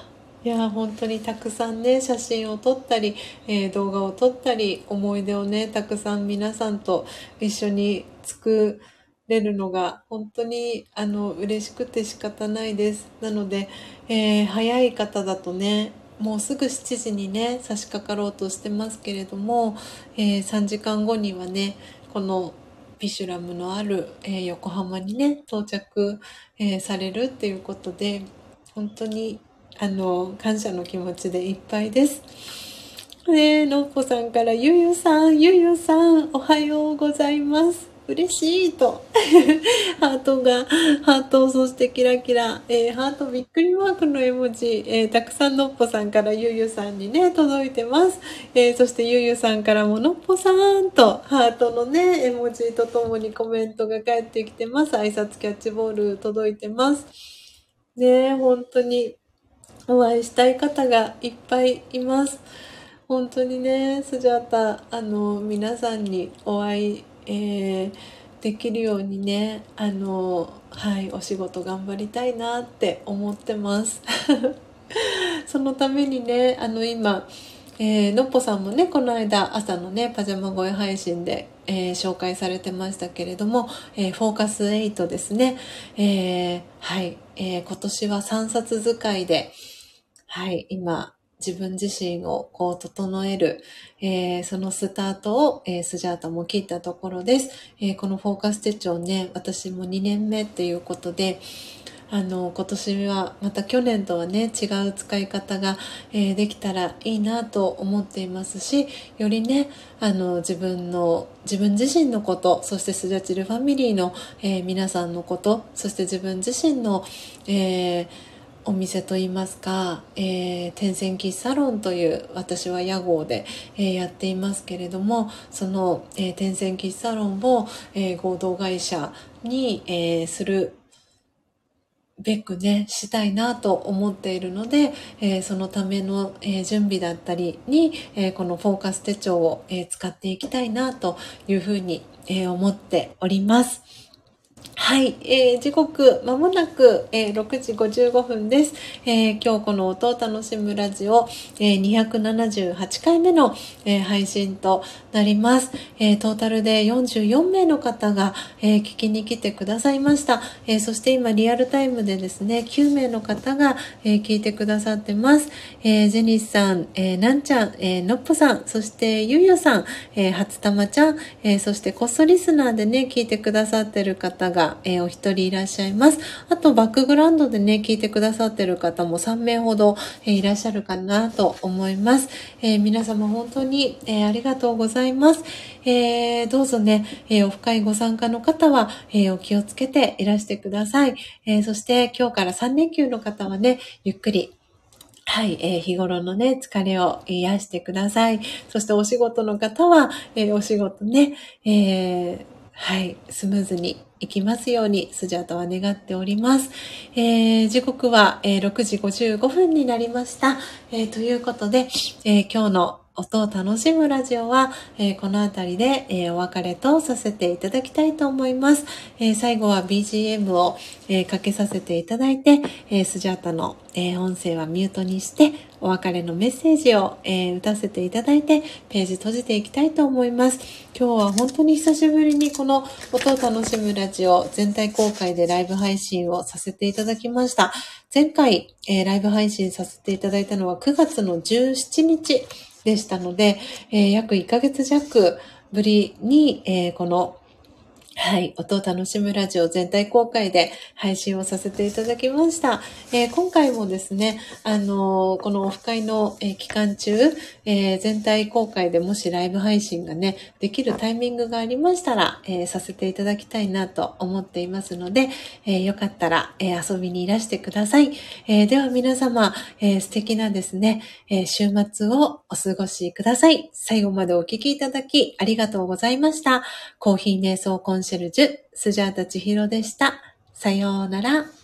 いや、本当にたくさんね、写真を撮ったり、えー動画を撮ったり、思い出をね、たくさん皆さんと一緒に作れるのが、本当に、あの、嬉しくて仕方ないです。なので、えー早い方だとね、もうすぐしちじにね、差し掛かろうとしてますけれども、えーさんじかんごにはね、このビシュラムのある、えー横浜にね、到着、えーされるっていうことで、本当にあの感謝の気持ちでいっぱいです。ねえ、のっぽさんからゆゆさん、ゆゆさん、おはようございます。嬉しいと。ハートが、ハート、そしてキラキラ、えーハートびっくりマークの絵文字、えーたくさんのっぽさんからゆゆさんにね、届いてます。えーそしてゆゆさんからものっぽさんと、ハートのね、絵文字とともにコメントが返ってきてます。挨拶キャッチボール届いてます。ねえ、本当に。お会いしたい方がいっぱいいます。本当にね、スジャータ、あの、皆さんにお会い、えーできるようにね、あの、はい、お仕事頑張りたいなって思ってます。そのためにね、あの、今、えーのっぽさんもね、この間朝のね、パジャマ声配信で、えー紹介されてましたけれども、えーフォーカスエイトですね。えーはい、えー今年はさんさつ使いで、はい、今、自分自身をこう整える、えーそのスタートを、えースジャータも切ったところです。えーこのフォーカス手帳ね、私もにねんめっていうことで、あの、今年はまた去年とはね、違う使い方が、えーできたらいいなと思っていますし、よりね、あの、自分の、自分自身のこと、そしてスジャチルファミリーの、えー皆さんのこと、そして自分自身の、えーお店といいますか、えー、天線喫サロンという私は屋号で、えーやっていますけれども、その、えー天線喫サロンを、えー合同会社に、えーするべくね、したいなと思っているので、えーそのための、えー準備だったりに、えーこのフォーカス手帳を、えー使っていきたいなというふうに、えー思っております。はい、えー、時刻まもなく、えー、ろくじごじゅうごふんです、えー今日この音を楽しむラジオ、えーにひゃくななじゅうはちかいめの、えー配信となります、えートータルでよんじゅうよんめいの方が、えー聞きに来てくださいました、えーそして今リアルタイムでですねきゅうめいの方が、えー聞いてくださってます、えージェニスさん、えーなんちゃん、えーのっぽさん、そしてゆうよさん、えーはつたまちゃん、えーそしてこっそリスナーでね聞いてくださってる方が、えーお一人いらっしゃいます。あとバックグラウンドでね聞いてくださってる方もさんめいほど、えーいらっしゃるかなと思います。えー皆様本当に、えーありがとうございます。えーどうぞね、えーオフ会ご参加の方は、えーお気をつけていらしてください。えーそして今日からさんれんきゅうの方はねゆっくりはい、えー日頃のね、疲れを癒してください。そしてお仕事の方は、えーお仕事ね、えーはい、スムーズにいきますように、スジャータは願っております。えー時刻は、えーろくじごじゅうごふんになりました。えーということで、えー今日の音を楽しむラジオは、えーこのあたりで、えーお別れとさせていただきたいと思います。えー最後は ビージーエム を、えーかけさせていただいて、えースジャータの、えー音声はミュートにして、お別れのメッセージを、えー打たせていただいて、ページ閉じていきたいと思います。今日は本当に久しぶりにこの音を楽しむラジオ全体公開でライブ配信をさせていただきました。前回、えーライブ配信させていただいたのはくがつのじゅうしちにちでしたので、えー約いっかげつじゃくぶりに、えーこのはい。音を楽しむラジオ全体公開で配信をさせていただきました。えー今回もですね、あのーこのオフ会の、えー期間中、えー全体公開でもしライブ配信がね、できるタイミングがありましたら、えーさせていただきたいなと思っていますので、えーよかったら、えー遊びにいらしてください。えーでは皆様、えー素敵なですね、えー週末をお過ごしください。最後までお聞きいただきありがとうございました。コーヒー瞑想コンシェルジュ、スジャータ千尋でした。さようなら。